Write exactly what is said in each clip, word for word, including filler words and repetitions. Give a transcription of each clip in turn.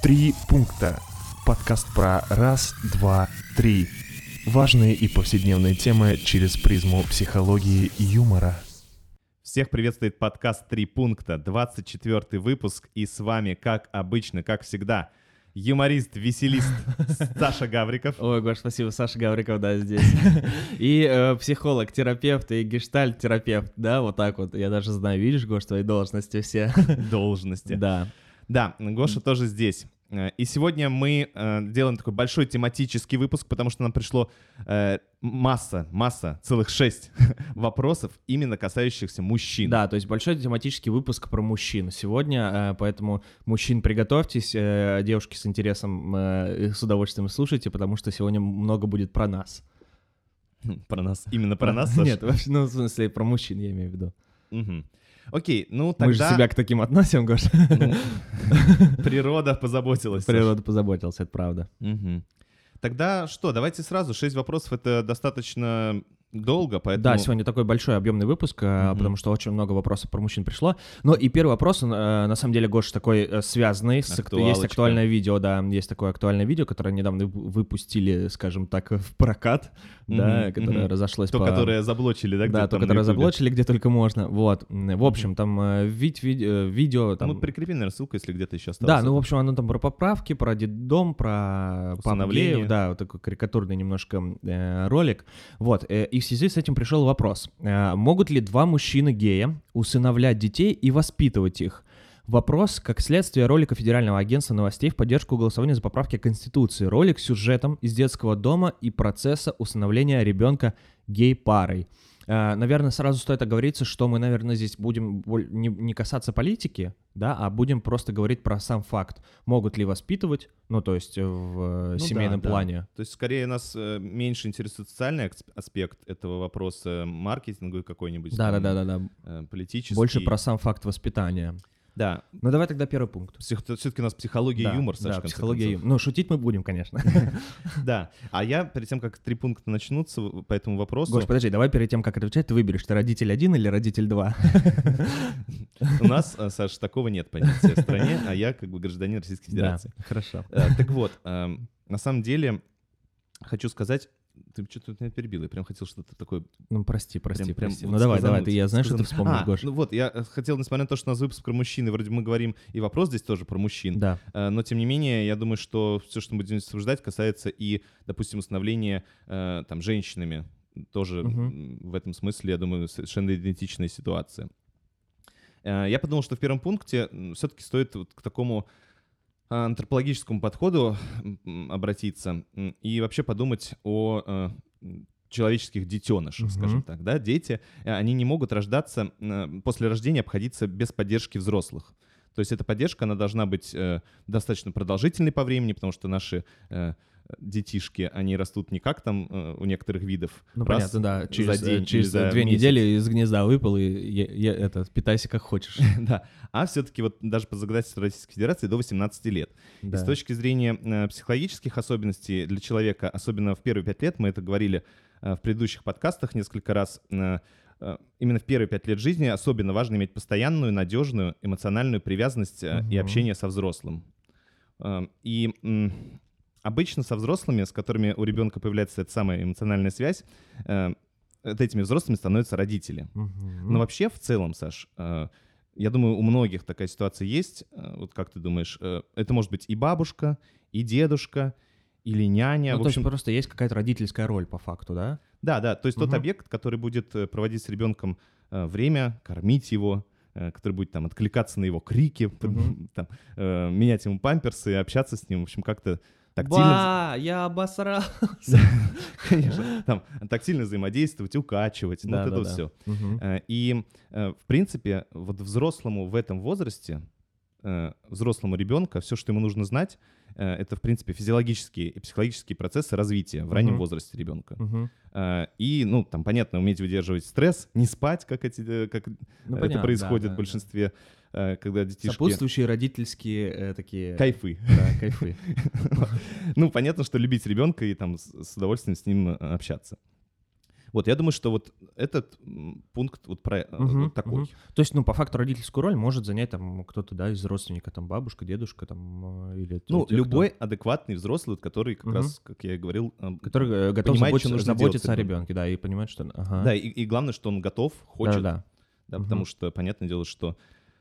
Три пункта. Подкаст про раз, два, три. Важные и повседневные темы через призму психологии и юмора. Всех приветствует подкаст «Три пункта», двадцать четвёртый выпуск, и с вами, как обычно, как всегда, юморист, веселист Саша Гавриков. Ой, Гош, спасибо, Саша Гавриков, да, здесь. И э, психолог, терапевт и гештальт-терапевт, да, вот так вот. Я даже знаю, видишь, Гош, твои должности все. Должности. Да. Да, Гоша тоже здесь. И сегодня мы э, делаем такой большой тематический выпуск, потому что нам пришло э, масса, масса, целых шесть вопросов, именно касающихся мужчин. Да, то есть большой тематический выпуск про мужчин сегодня, э, поэтому, мужчин, приготовьтесь, э, девушки с интересом э, и с удовольствием слушайте, потому что сегодня много будет про нас. Про нас? Именно про нас, Саша? Нет, вообще, ну, в смысле, про мужчин я имею в виду. Угу. Окей, ну тогда... Мы же себя к таким относим, Гош. Ну, природа позаботилась. Природа позаботилась, это правда. Угу. Тогда что, давайте сразу. Шесть вопросов — это достаточно долго, поэтому... Да, сегодня такой большой объемный выпуск, mm-hmm. потому что очень много вопросов про мужчин пришло. Ну и первый вопрос, он, на самом деле, Гош, такой связанный. С, есть актуальное видео, да, есть такое актуальное видео, которое недавно выпустили, скажем так, в прокат, mm-hmm. да, которое mm-hmm. разошлось то, по... То, которое заблочили, да, где-то Да, то, которое заблочили, где только можно, вот. В общем, там вид, видео... видео там... Ну, прикрепи, наверное, ссылку, если где-то еще осталось. Да, ну, в общем, оно там про поправки, про детдом, про усыновление. Да, вот такой карикатурный немножко э, ролик. Вот, э, и в связи с этим пришел вопрос. Э, могут ли два мужчины-гея усыновлять детей и воспитывать их? Вопрос как следствие ролика Федерального агентства новостей в поддержку голосования за поправки Конституции. Ролик с сюжетом из детского дома и процесса усыновления ребенка гей-парой. Uh, наверное, сразу стоит оговориться, что мы, наверное, здесь будем не, не касаться политики, да, а будем просто говорить про сам факт. Могут ли воспитывать, ну, то есть в ну, семейном да, плане. Да. То есть, скорее, нас э, меньше интересует социальный аспект этого вопроса, маркетинговый какой-нибудь, да, там, да, да, да, да. Э, политический. Больше про сам факт воспитания. Да. Ну, давай тогда первый пункт. Псих... Все-таки у нас психология да, и юмор, Саша, да, психология и юмор. Ну, шутить мы будем, конечно. Да. А я, перед тем, как три пункта начнутся по этому вопросу... Гош, подожди, давай перед тем, как отвечать, ты выберешь, ты родитель один или родитель два? У нас, Саша, такого нет понятия в стране, а я как бы гражданин Российской Федерации. Хорошо. Так вот, на самом деле, хочу сказать... Ты что-то меня перебил, я прям хотел что-то такое... Ну, прости, прости, прям, прости. Прям ну, вот давай, сказануть, давай, ты, я знаю, сказануть. Что ты вспомнишь, а, Гош. Ну вот, я хотел, несмотря на то, что у нас выпуск про мужчин, и вроде мы говорим, и вопрос здесь тоже про мужчин, да. но, тем не менее, я думаю, что все, что мы будем обсуждать, касается и, допустим, усыновления там, женщинами. Тоже угу. в этом смысле, я думаю, совершенно идентичная ситуация. Я подумал, что в первом пункте все-таки стоит вот к такому... антропологическому подходу обратиться и вообще подумать о э, человеческих детенышах, uh-huh. скажем так. Да? Дети, они не могут рождаться, э, после рождения обходиться без поддержки взрослых. То есть эта поддержка, она должна быть э, достаточно продолжительной по времени, потому что наши э, детишки, они растут не как там э, у некоторых видов. Ну, понятно, да. Через, за день, через за две месяц. недели из гнезда выпал, и я, я, это, питайся как хочешь. Да. А все-таки вот даже по законодательству Российской Федерации до восемнадцати лет. Да. И с точки зрения э, психологических особенностей для человека, особенно в первые пять лет, мы это говорили э, в предыдущих подкастах несколько раз, э, э, именно в первые пять лет жизни особенно важно иметь постоянную, надежную эмоциональную привязанность э, угу. и общение со взрослым. Э, и... Э, Обычно со взрослыми, с которыми у ребенка появляется эта самая эмоциональная связь, э, этими взрослыми становятся родители. Uh-huh. Но вообще в целом, Саш, э, я думаю, у многих такая ситуация есть. Э, вот как ты думаешь, э, это может быть и бабушка, и дедушка, или няня. Ну, в то общем, есть просто есть какая-то родительская роль по факту, да? Да, да. То есть uh-huh. тот объект, который будет проводить с ребенком э, время, кормить его, который будет там откликаться на его крики, uh-huh. там, э, менять ему памперсы, общаться с ним, в общем, как-то тактильно... Ба, я обосрался. Конечно. Там тактильно взаимодействовать, укачивать, ну вот это вот все. И, в принципе, вот взрослому в этом возрасте, взрослому ребенка, все, что ему нужно знать, это, в принципе, физиологические и психологические процессы развития в раннем возрасте ребенка. И, ну, там, понятно, уметь выдерживать стресс, не спать, как, эти, как ну, это понятно, происходит да, да, в большинстве, да. когда детишки... Сопутствующие родительские э, такие... Кайфы. Да, кайфы. Ну, понятно, что любить ребенка и там с удовольствием с ним общаться. Вот, я думаю, что вот этот м, пункт вот, про, Мгм, вот такой. мгм. То есть, ну, по факту родительскую роль может занять там кто-то, да, из родственника, там бабушка, дедушка, там, э, или те- Ну, те, кто- любой адекватный взрослый, вот, который как Мгм. раз, как я и говорил, э, который э, готов понимает, забот- что нужно заботиться о делать с ребенком. ребенке, да, и понимает, что... Ага. Да, и, и главное, что он готов, хочет, Да-да-да. да, Мгм. потому что, понятное дело, что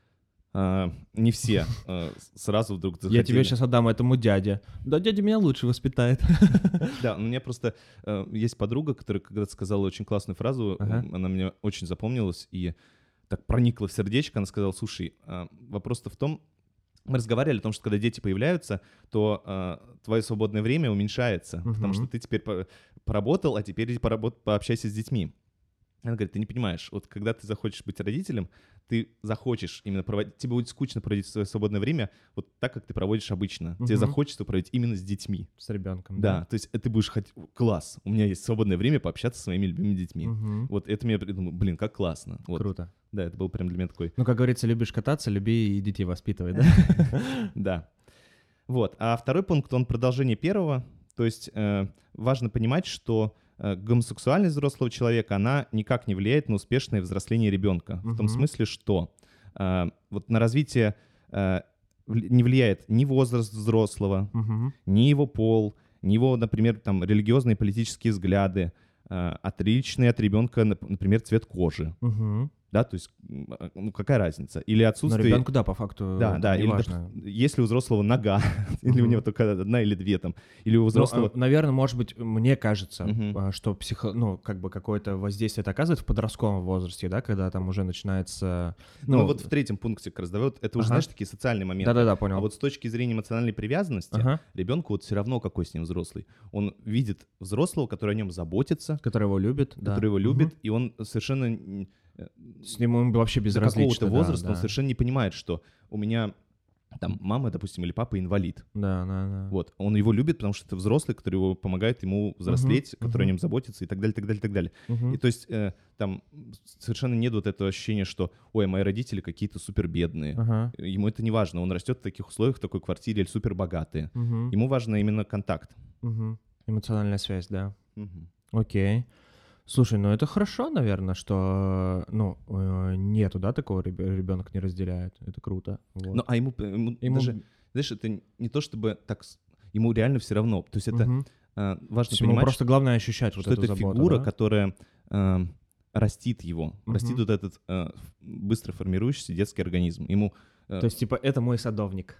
а, не все а, с- сразу вдруг захотели. Я тебе сейчас отдам этому дяде. Да, дядя меня лучше воспитает. Да, у меня просто э, есть подруга, которая когда-то сказала очень классную фразу, Ага. м, она мне очень запомнилась и так проникла в сердечко. Она сказала: слушай, а, вопрос-то в том, мы разговаривали о том, что когда дети появляются, то а, твое свободное время уменьшается, потому Мгм. что ты теперь по- поработал, а теперь иди поработ- пообщайся с детьми. Она говорит: ты не понимаешь, вот когда ты захочешь быть родителем, ты захочешь именно проводить, тебе будет скучно проводить свое свободное время вот так, как ты проводишь обычно. Тебе Мгм. захочется проводить именно с детьми. С ребенком, Да, то есть э, ты будешь хоть класс, у меня есть свободное время пообщаться со своими любимыми детьми. Мгм. Вот это мне придумал, блин, как классно. Вот. Круто. Да, это был прям для меня такой, Ну, как говорится, любишь кататься, люби и детей воспитывай, да? да. Вот, а второй пункт, он продолжение первого, то есть э, важно понимать, что э, гомосексуальность взрослого человека, она никак не влияет на успешное взросление ребенка. В том Мгм. смысле, что э, вот на развитие э, вли- не влияет ни возраст взрослого, Мгм. ни его пол, ни его, например, там, религиозные и политические взгляды, э, отличный от ребенка, нап- например, цвет кожи. Мгм. Да, то есть, м, а, ну, какая разница? Или Но отсутствие... ребенку, да, по факту, Да, там да, или, неважно. доп- если у взрослого нога, или у Мгм. него только одна или две там, или у Ну, взрослого... наверное, может быть, мне кажется, Мгм. а, что психо... ну, как бы какое-то воздействие это оказывает в подростковом возрасте, да, когда там уже начинается... Ну, Ну, вот в третьем пункте как раз, да, вот это уже, Ага. знаешь, такие социальные моменты. да-да-да, понял. А вот с точки зрения эмоциональной привязанности, Ага. ребенку вот все равно, какой с ним взрослый. Он видит взрослого, который о нем заботится, Который его любит, да. который его Мгм. любит, и он совершенно н- э, С ним ему вообще до безразлично. какого-то да, возраста он да. совершенно не понимает, что у меня там мама, допустим, или папа инвалид. Да, да, да. Вот. Он его любит, потому что это взрослый, который его помогает ему взрослеть, Мгм, который о мгм. нем заботится и так далее, так далее, так далее. Мгм. И то есть э, там совершенно нет вот этого ощущения, что, ой, мои родители какие-то супер бедные. Ага. Ему это не важно, он растет в таких условиях, в такой квартире или супер богатые. Мгм. Ему важно именно контакт. Мгм. Эмоциональная связь, да. Мгм. Окей. Слушай, ну это хорошо, наверное, что, ну, э, нету, да, такого ребенок не разделяет. Это круто. Вот. Ну, а ему, ему Ему- даже, знаешь, это не то чтобы так, с- ему реально все равно. То есть это Мгм. э, То важно есть ему понимать, просто главное ощущать вот что эту это заботу, фигура, да? которая э, растит его, Мгм. растит вот этот э, ф- быстро формирующийся детский организм. Ему э, То есть, типа, это мой садовник.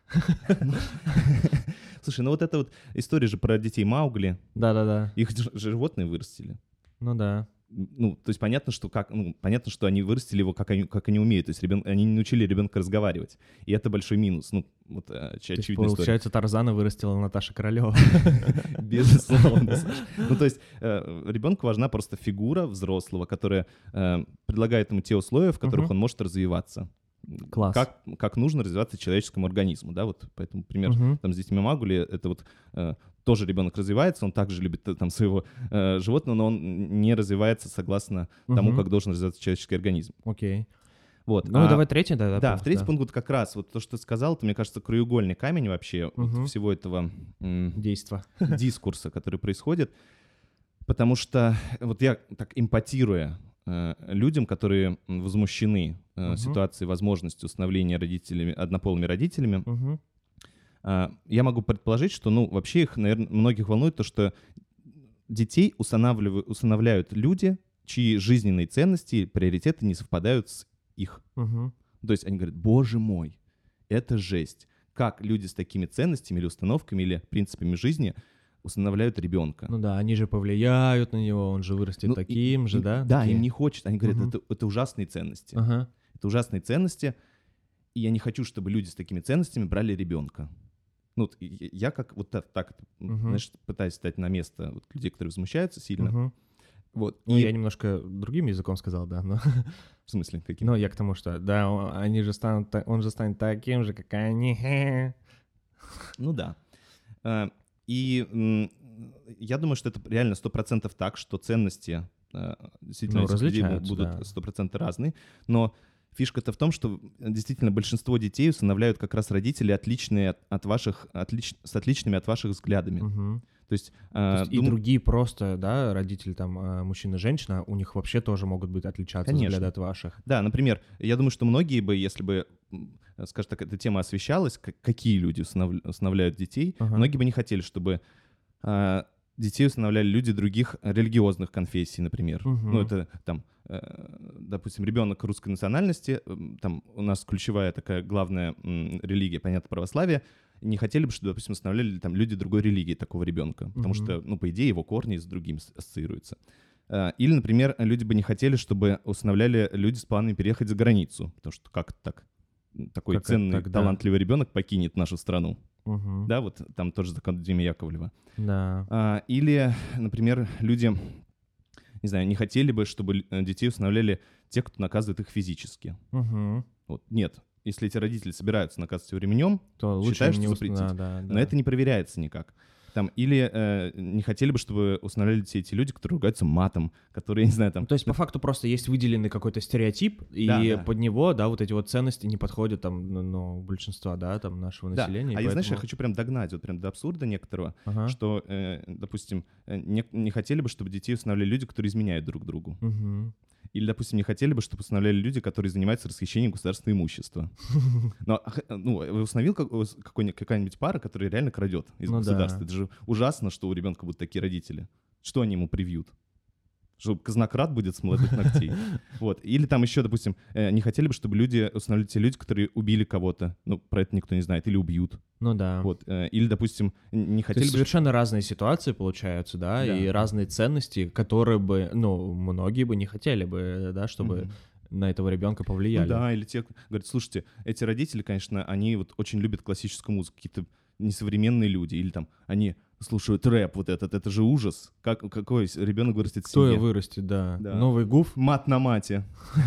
Слушай, ну вот эта вот история же про детей Маугли, Да-да-да. их ж- животные вырастили. Ну да. Ну, то есть понятно, что как, ну, понятно, что они вырастили его, как они, как они умеют. То есть ребен, они не научили ребенка разговаривать. И это большой минус. Ну, вот э, оч- То есть, очевидная история. получается, Тарзана вырастила Наташа Королева. Безусловно, Саш. Ну, то есть э, ребенку важна просто фигура взрослого, которая э, предлагает ему те условия, в которых Мгм. он может развиваться. Класс. Как, как нужно развиваться человеческому организму, да, вот поэтому пример Мгм. там с детьми Маугли, это вот э, тоже ребенок развивается, он также любит э, там своего э, животного, но он не развивается согласно тому, Мгм. как должен развиваться человеческий организм. Окей. Вот. Ну, А, давай третий, да, да, в третий пункт вот как раз вот то, что ты сказал, это, мне кажется, краеугольный камень вообще вот Мгм. всего этого м, Действо. дискурса, который происходит, потому что вот я так импотируя э, людям, которые м, возмущены э, Мгм. ситуацией возможности установления родителями, однополыми родителями, Мгм. а, я могу предположить, что, ну, вообще их, наверное, многих волнует то, что детей устанавливают, усыновляют люди, чьи жизненные ценности и приоритеты не совпадают с их. Мгм. То есть они говорят: боже мой, это жесть. Как люди с такими ценностями или установками или принципами жизни усыновляют ребенка? Ну да, они же повлияют на него, он же вырастет Ну, и- таким же, и- да? Да, такие? им не хочется. Они говорят: Мгм. это, это ужасные ценности. Ага. Это ужасные ценности, и я не хочу, чтобы люди с такими ценностями брали ребенка. Ну, вот и- я как вот так, так, Мгм. знаешь, пытаюсь стать на место вот людей, которые возмущаются сильно. Мгм. Вот. Ну, И я немножко другим языком сказал, да, но... в смысле, каким? Ну, я к тому, что, да, он- они же станут, та- он же станет таким же, как они. Ну да. А, И м, я думаю, что это реально сто процентов так, что ценности а, действительно Ну, у этих людей бу- различаются, будут да. сто процентов разные, но фишка-то в том, что действительно большинство детей усыновляют как раз родители, отличные от, от ваших, отлич- с отличными от ваших взглядами. Мгм. То есть, То э, есть и дум- другие просто, да, родители, там, э, мужчина и женщина, у них вообще тоже могут быть отличаться Конечно. взгляды от ваших. Да, например, я думаю, что многие бы, если бы, м, скажем так, эта тема освещалась, как- какие люди усынов- усыновляют детей, Ага. многие бы не хотели, чтобы а, детей усыновляли люди других религиозных конфессий, например. Мгм. Ну, это там, э, допустим, ребенок русской национальности, э, там у нас ключевая такая главная м, религия, понятно, православие, не хотели бы, чтобы, допустим, усыновляли там люди другой религии такого ребенка, потому Мгм. что, ну, по идее, его корни с другим с- ассоциируются. Э, Или, например, люди бы не хотели, чтобы усыновляли люди с планами переехать за границу, потому что как так такой Как это ценный, так, да. талантливый ребенок покинет нашу страну? Мгм. Да, вот там тоже закон Димы Яковлева. Да. А, Или, например, люди, не знаю, не хотели бы, чтобы э, детей усыновляли те, кто наказывает их физически. Мгм. Вот. Нет. Если эти родители собираются наказывать его ремнем, То лучше считаю, им не что ус- запретить. да, да, но да. это не проверяется никак. Там, или э, не хотели бы, чтобы усыновляли все эти люди, которые ругаются матом, которые, я не знаю, там... Ну, то есть, по факту, просто есть выделенный какой-то стереотип, и Да, да. под него, да, вот эти вот ценности не подходят там, ну, ну, большинства, да, там, нашего Да. населения. А и я, знаешь, я поэтому- хочу прям догнать, вот прям до абсурда некоторого, Ага. что, э, допустим, э, не, не хотели бы, чтобы детей усыновляли люди, которые изменяют друг другу. Мгм. Или, допустим, не хотели бы, чтобы усыновляли люди, которые занимаются расхищением государственного имущества. Но, а, х- ну, вы установил как- у- какой-нибудь- какая-нибудь пара, которая реально крадет из Ну да. государства? Это же ужасно, что у ребенка будут такие родители. Что они ему привьют? Что казнократ будет с молодых ногтей. Вот. Или там еще, допустим, э, не хотели бы, чтобы люди устанавливали те люди, которые убили кого-то. Ну, про это никто не знает. Или убьют. Ну да. Вот. Э, Или, допустим, н- не То хотели есть бы... совершенно разные ситуации получаются, да, Да. и разные ценности, которые бы, ну, многие бы не хотели бы, да, чтобы Мгм. на этого ребенка Ну повлияли. да, или те, говорят, слушайте, эти родители, конечно, они вот очень любят классическую музыку, какие-то несовременные люди, или там они слушают рэп вот этот, это же ужас. Как, какой ребенок вырастет в Кто семье? и вырастет, да. Да. Новый гуф. Мат на мате.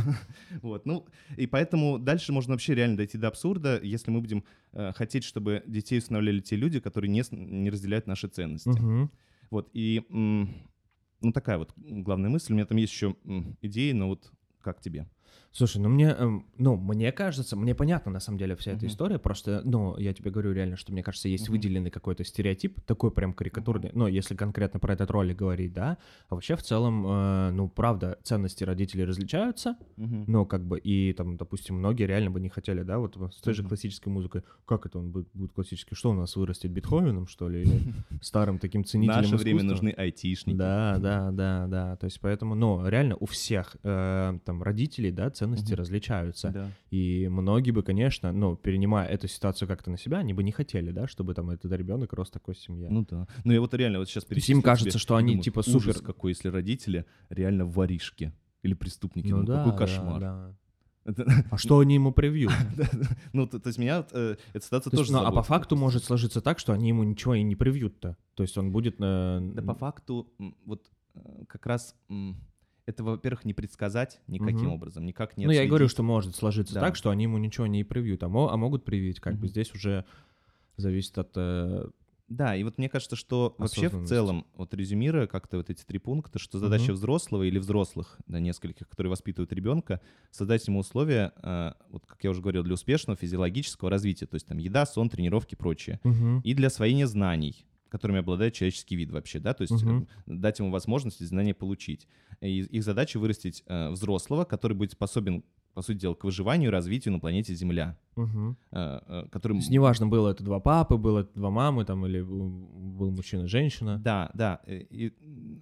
Вот, ну, и поэтому дальше можно вообще реально дойти до абсурда, если мы будем э, хотеть, чтобы детей усыновляли те люди, которые не, с- не разделяют наши ценности. Мгм. Вот, и, м, ну, такая вот главная мысль. У меня там есть еще м, идеи, но вот как тебе? Слушай, ну мне, эм, ну, мне кажется, мне понятна на самом деле вся эта Мгм. история, просто, ну, я тебе говорю реально, что мне кажется, есть Мгм. выделенный какой-то стереотип, такой прям карикатурный, ну, если конкретно про этот ролик говорить, да, а вообще в целом, э, ну, правда, ценности родителей различаются, Мгм. но как бы и там, допустим, многие реально бы не хотели, да, вот с той же Мгм. классической музыкой, как это он будет, будет классический, что у нас вырастет, Бетховеном, что ли, или старым таким В ценителем наше время искусства? нужны айтишники. Да, да, да, да. То есть поэтому, ну, реально у всех э, там родителей, да, ценности Мгм. различаются. Да. И многие бы, конечно, ну, перенимая эту ситуацию как-то на себя, они бы не хотели, да, чтобы там этот ребенок рос в такой семье. Ну да. Ну я вот реально вот сейчас То есть им кажется, что они, типа, ужас супер- какой, если родители реально воришки или преступники. Ну Ну, да, какой да, кошмар. да. Это- А что они ему привьют? Ну, то то есть меня вот, э, эта ситуация То есть, тоже ну, а по заботит. факту может сложиться так, что они ему ничего и не привьют-то. То есть он будет... э, Да по факту м, вот э, как раз м, это, во-первых, не предсказать никаким Мгм. образом, никак не Ну, я и говорю, отследить. что может сложиться Да. так, что они ему ничего не привьют, а, мо- а могут привить. Как бы Мгм. здесь уже зависит от... э, Да, и вот мне кажется, что вообще в Осознанность. целом, вот резюмируя как-то вот эти три пункта, что задача Мгм. взрослого или взрослых, да, нескольких, которые воспитывают ребенка, создать ему условия, э, вот как я уже говорил, для успешного физиологического развития, то есть там еда, сон, тренировки и прочее, Мгм. и для освоения знаний, которыми обладает человеческий вид вообще, да, то есть Мгм. э, дать ему возможность эти знания получить. И их задача вырастить э, взрослого, который будет способен, по сути дела, к выживанию и развитию на планете Земля, Мгм. э, э, который... То есть неважно, было это два папы, было это два мамы, там, или м, был мужчина, женщина. Да, да. э, И м,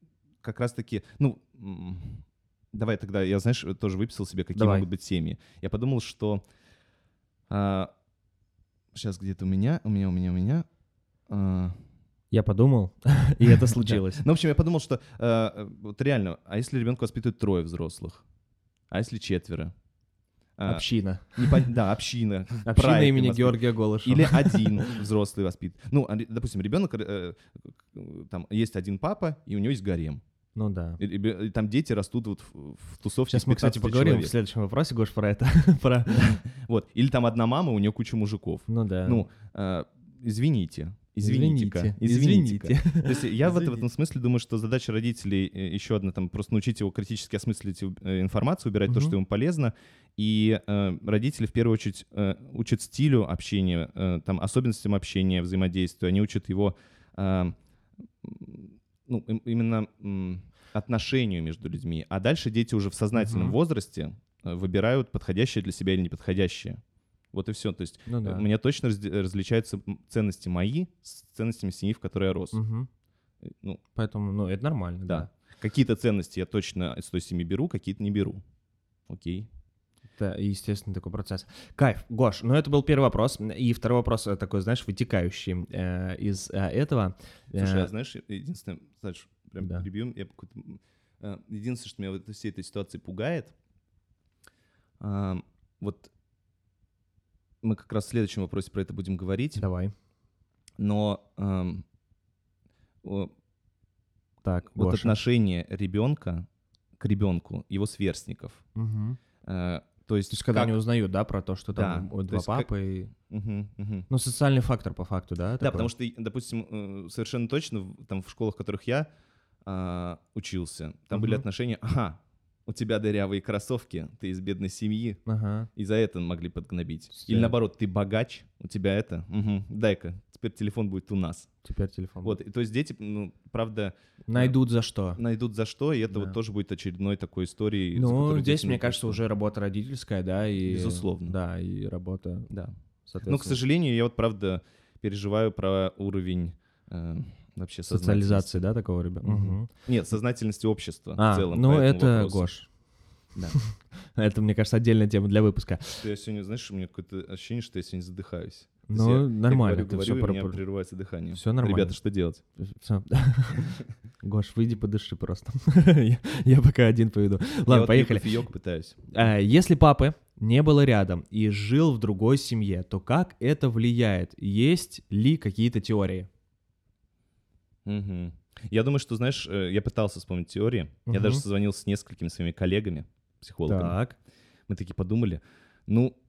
как раз-таки, ну, м, давай тогда, я, знаешь, тоже выписал себе, какие Давай. могут быть семьи. Я подумал, что сейчас где-то у меня, у меня, у меня, у меня... а, Я подумал, и это случилось. Ну, в общем, я подумал, что э, вот реально, а если ребенка воспитывают трое взрослых? А если четверо? А, Община. непон- Да, община. Община проект им имени воспит- Георгия Голышева. Или один взрослый воспитывает. Ну, а, допустим, ребенок, э, э, там есть один папа, и у него есть гарем. Ну да. И, и- и там дети растут вот в, в тусовке. Сейчас из мы, кстати, пятнадцати поговорим человек. в следующем вопросе, Гош, про это. Про... Вот. Или там одна мама, у нее куча мужиков. Ну да. Ну, э, извините. Извините-ка. Извините. Извините-ка. То есть я в, это- в этом Извините. смысле думаю, что задача родителей э, еще одна, там, просто научить его критически осмыслить э, информацию, убирать то, Мгм. что ему полезно. И э, родители в первую очередь э, учат стилю общения, э, там, особенностям общения, взаимодействия. Они учат его э, ну, им- именно м, отношению между людьми. А дальше дети уже в сознательном Мгм. возрасте э, выбирают подходящее для себя или неподходящее. Вот и все. То есть Ну э, да. у меня точно разде- различаются м, ценности мои с ценностями семьи, в которой я рос. Мгм. Э, Ну, Поэтому, ну, это нормально, да. да. Какие-то ценности я точно из той семьи беру, какие-то не беру. Окей. Это естественный такой процесс. Кайф. Гош, ну это был первый вопрос. И второй вопрос э, такой, знаешь, вытекающий э, из э, этого. Слушай, Э, а знаешь, единственное, Саш, прям Да. перебью, я какой-то, м, э, единственное, что меня в этой- всей этой ситуации пугает, а, вот мы как раз в следующем вопросе про это будем говорить, Давай. но ам, о, Так, вот Гоша. отношение ребенка к ребенку, его сверстников, Мгм. э, то есть, То есть когда как- они узнают, да, про то, что там Да, о, то два есть как- папы. и- Мгм, мгм. Ну, социальный фактор по факту, да? Да, такой? потому что, и, допустим, э, совершенно точно в- там в школах, в которых я а, учился, там были Мгм. отношения, ага, у тебя дырявые кроссовки, ты из бедной семьи, Ага. и за это могли подгнобить. Сте- Или наоборот, ты богач, у тебя это, мгм, дай-ка, теперь телефон будет у нас. Теперь телефон. Вот, и то есть дети, ну, правда, Найдут за что. найдут за что, и это Да. вот тоже будет очередной такой историей. за Ну, которую здесь, дети мне не кажется, просто- уже работа родительская, да, и... Безусловно. Да, и работа, Да. соответственно... Но, к сожалению, я вот, правда, переживаю про уровень э, вообще Социализации, да, такого ребенка? Мгм. Нет, сознательности общества А, в целом. ну по этому это, вопросу. Гош, Да. это, мне кажется, отдельная тема для выпуска. Что я сегодня, знаешь, у меня какое-то ощущение, что я сегодня задыхаюсь. То есть Ну, я- я нормально, говорю, ты говорю, всё и про- у меня про- прерывается дыхание. Всё нормально. Ребята, что делать? Всё. Гош, выйди, подыши просто. Я- Я пока один поведу. Я Ладно, вот поехали. пью кофеёк, пытаюсь. А, Если папы не было рядом и жил в другой семье, то как это влияет? Есть ли какие-то теории? Мгм. Я думаю, что, знаешь, э, я пытался вспомнить теории. Я Мгм. даже созвонился с несколькими своими коллегами, психологами. Так. Мы такие подумали, ну,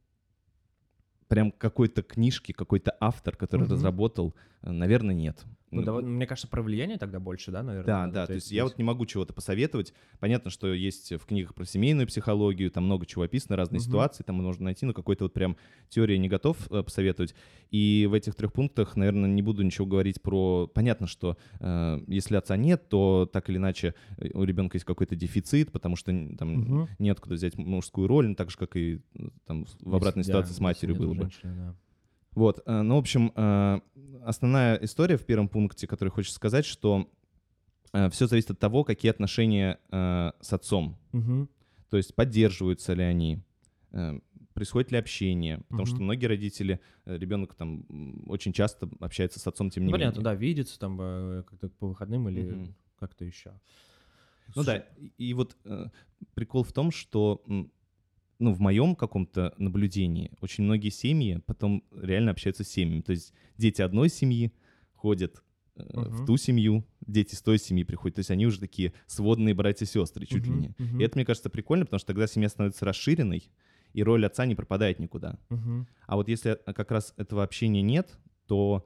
прям какой-то книжки, какой-то автор, который Мгм. разработал, э, наверное, нет. Ну, Ну, давай- мне кажется, про влияние тогда больше, да, наверное? Да, надо да, вот то есть эти я здесь. вот не могу чего-то посоветовать. Понятно, что есть в книгах про семейную психологию, там много чего описано, разные Мгм. ситуации, там можно найти, но какой-то вот прям теории не готов э, посоветовать. И в этих трех пунктах, наверное, не буду ничего говорить про... Понятно, что э, если отца нет, то так или иначе э, у ребенка есть какой-то дефицит, потому что н- там Мгм. неоткуда взять мужскую роль, ну, так же, как и э, там в обратной Если- ситуации да, с матерью если было нету бы. женщины, да. Вот, э, ну, в общем, э, основная история в первом пункте, которую хочется сказать, что все зависит от того, какие отношения э, с отцом. Мгм. То есть поддерживаются ли они, э, происходит ли общение. Потому Мгм. что многие родители, э, ребенок там м, очень часто общается с отцом, тем не Ну, понятно, менее. да, видится там э, как-то по выходным или Мгм. как-то еще. Ну да, и, и вот э, прикол в том, что м, ну, в моем каком-то наблюдении очень многие семьи потом реально общаются с семьями. То есть дети одной семьи ходят э, в Мгм. ту семью, дети с той семьи приходят. То есть они уже такие сводные братья-сестры чуть ли Мгм, не. мгм. И это, мне кажется, прикольно, потому что тогда семья становится расширенной, и роль отца не пропадает никуда. Мгм. А вот если э, как раз этого общения нет, то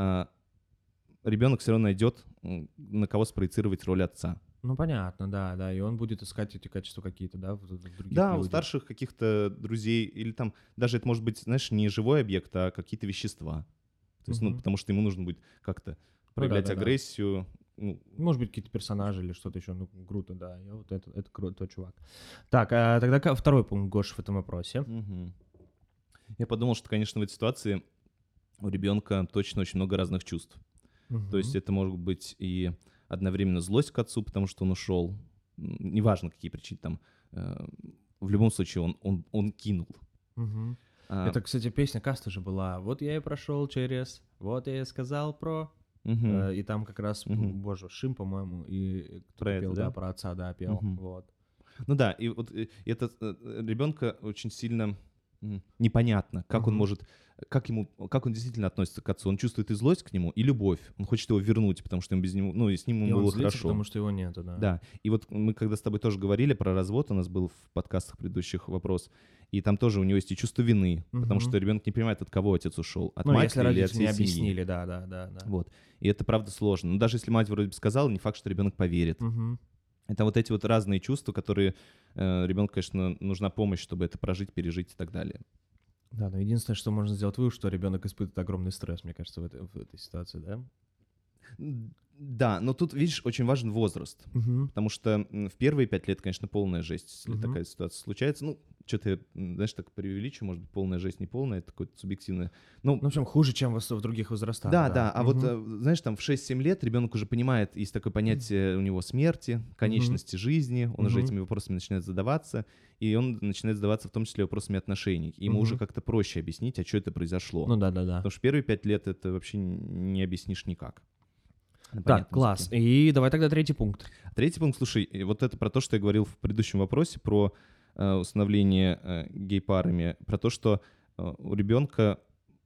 ребенок все равно найдет, м, на кого спроецировать роль отца. Ну, понятно, да, да, и он будет искать эти качества какие-то, да, в, в других Да, у людях. старших каких-то друзей, или там даже это может быть, знаешь, не живой объект, а какие-то вещества. То есть, ну, Мгм. потому что ему нужно будет как-то проявлять да-да-да. агрессию. Ну, Может быть, какие-то персонажи или что-то еще. Ну, круто, да. Я вот это, это крутой чувак. Так, а тогда ка- второй пункт, Гош, в этом вопросе. мгм. Я подумал, что, конечно, в этой ситуации у ребенка точно очень много разных чувств. То есть это может быть и одновременно злость к отцу, потому что он ушел. М, Неважно, какие причины там. э, В любом случае, он, он, он кинул. Мгм. А, Это, кстати, песня Каста же была. Вот я и прошел через, вот я и сказал про. мгм. Э, И там как раз, Мгм. боже, Шим, по-моему, и кто-то Про это, пел, да? да, про отца, да, пел. Мгм. Вот. Ну да, и вот э, это ребенка очень сильно м, непонятно, как он Мгм. может, как ему, как он действительно относится к отцу. Он чувствует и злость к нему, и любовь. Он хочет его вернуть, потому что ему без него, ну и с ним И ему он было злится, хорошо. потому что его нету, да. Да, и вот мы когда с тобой тоже говорили про развод, у нас был в подкастах предыдущих вопрос, и там тоже у него есть и чувство вины, потому Мгм. что ребенок не понимает, от кого отец ушел, от Ну, матери если или от родители всей не семьи. объяснили, да, да, да, да. Вот. И это правда сложно. Но даже если мать вроде бы сказала, не факт, что ребенок поверит. Мгм. Это вот эти вот разные чувства, которые э, ребенку, конечно, нужна помощь, чтобы это прожить, пережить и так далее. Да, но единственное, что можно сделать вывод, что ребенок испытывает огромный стресс, мне кажется, в этой, в этой ситуации, да? Да, но тут, видишь, очень важен возраст, Угу. потому что в первые пять лет, конечно, полная жесть, если Мгм. такая ситуация случается. Ну, что-то я, знаешь, так преувеличу, может быть, полная жесть, не полная, это такое субъективное. Ну, Ну, в общем, хуже, чем в в других возрастах. да, да, а вот, Мгм. э, знаешь, там в шесть-семь лет ребенок уже понимает, есть такое понятие у него смерти, конечности жизни, он уже Мгм. этими вопросами начинает задаваться, и он начинает задаваться в том числе вопросами отношений. И ему Мгм. уже как-то проще объяснить, а что это произошло. Ну да-да-да. Потому что первые пять лет это вообще не объяснишь никак. На Так, понятном класс. языке. И давай тогда третий пункт. Третий пункт, слушай, и вот это про то, что я говорил в предыдущем вопросе, про э, установление э, гей-парами, про то, что э, у ребенка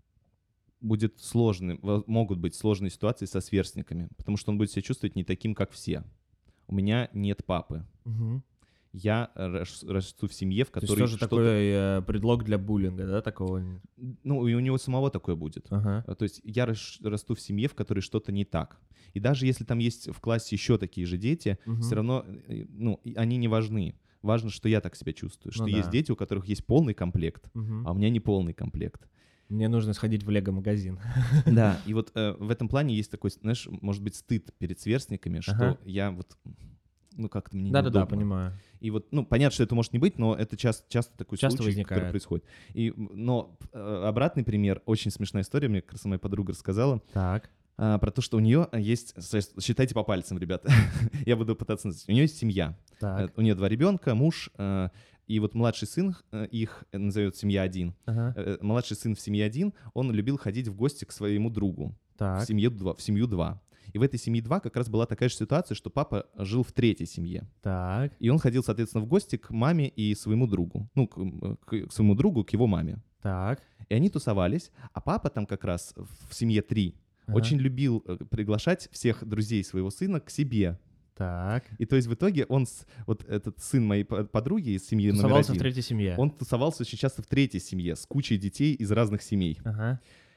будет сложный, во- могут быть сложные ситуации со сверстниками, потому что он будет себя чувствовать не таким, как все. У меня нет папы. Мгм. Я рас- расту в семье, в То есть которой тоже что-то... такой э, предлог для буллинга, да, такого? Ну, и у него самого такое будет. Ага. А, То есть я рас- расту в семье, в которой что-то не так. И даже если там есть в классе еще такие же дети, Мгм. все равно, э, ну, и они не важны. Важно, что я так себя чувствую, что Ну есть да. дети, у которых есть полный комплект, Мгм. а у меня не полный комплект. Мне нужно сходить в лего-магазин. Да, и вот э, в этом плане есть такой, знаешь, может быть, стыд перед сверстниками, что Ага. я вот, ну, как-то мне Да-да-да, неудобно. понимаю. И вот, ну, понятно, что это может не быть, но это часто, часто такой Часто случай, возникает. который происходит. И, м, но э, обратный пример, очень смешная история, мне как раз моя подруга рассказала, Так. а, про то, что у нее есть, с- считайте по пальцам, ребята, я буду пытаться назвать, у нее есть семья, Э, Так. у нее два ребенка, муж, э, и вот младший сын э, их э, назовет семья один. Ага. Э, Младший сын в семье один, он любил ходить в гости к своему другу, в Так. семью два. В семью два. И в этой семье два как раз была такая же ситуация, что папа жил в третьей семье. Так. И он ходил, соответственно, в гости к маме и своему другу. Ну, к, м, к- к своему другу, к его маме. Так. И они тусовались, а папа там как раз в семье три Ага. очень любил э, приглашать всех друзей своего сына к себе. Так. И то есть в итоге он, с- вот этот сын моей по- подруги из семьи номер Тусовался в один, третьей семье. он тусовался очень часто в третьей семье с кучей детей из разных семей. Ага.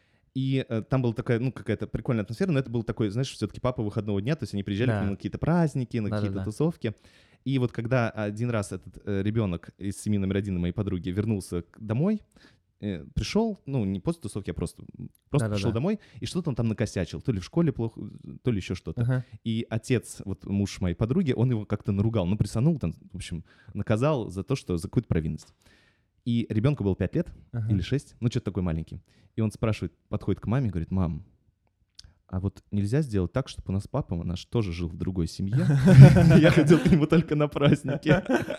И э, там была такая, ну, какая-то прикольная атмосфера, но это был такой, знаешь, все-таки папа выходного дня, то есть они приезжали Да. к нему на какие-то праздники, на Да-да-да. какие-то тусовки. И вот когда один раз этот э, ребенок из семьи номер один моей подруги вернулся к- домой, э, пришел, ну, не после тусовки, а просто, просто Да-да-да. пришел домой, и что-то он там накосячил, то ли в школе плохо, то ли еще что-то. Ага. И отец, вот муж моей подруги, он его как-то наругал, ну, присанул там, в общем, наказал за то, что за какую-то провинность. И ребенку было пять лет Ага. или шесть, ну, что-то такой маленький. И он спрашивает, подходит к маме и говорит: мам, а вот нельзя сделать так, чтобы у нас папа наш тоже жил в другой семье? Я ходил к нему только на праздники.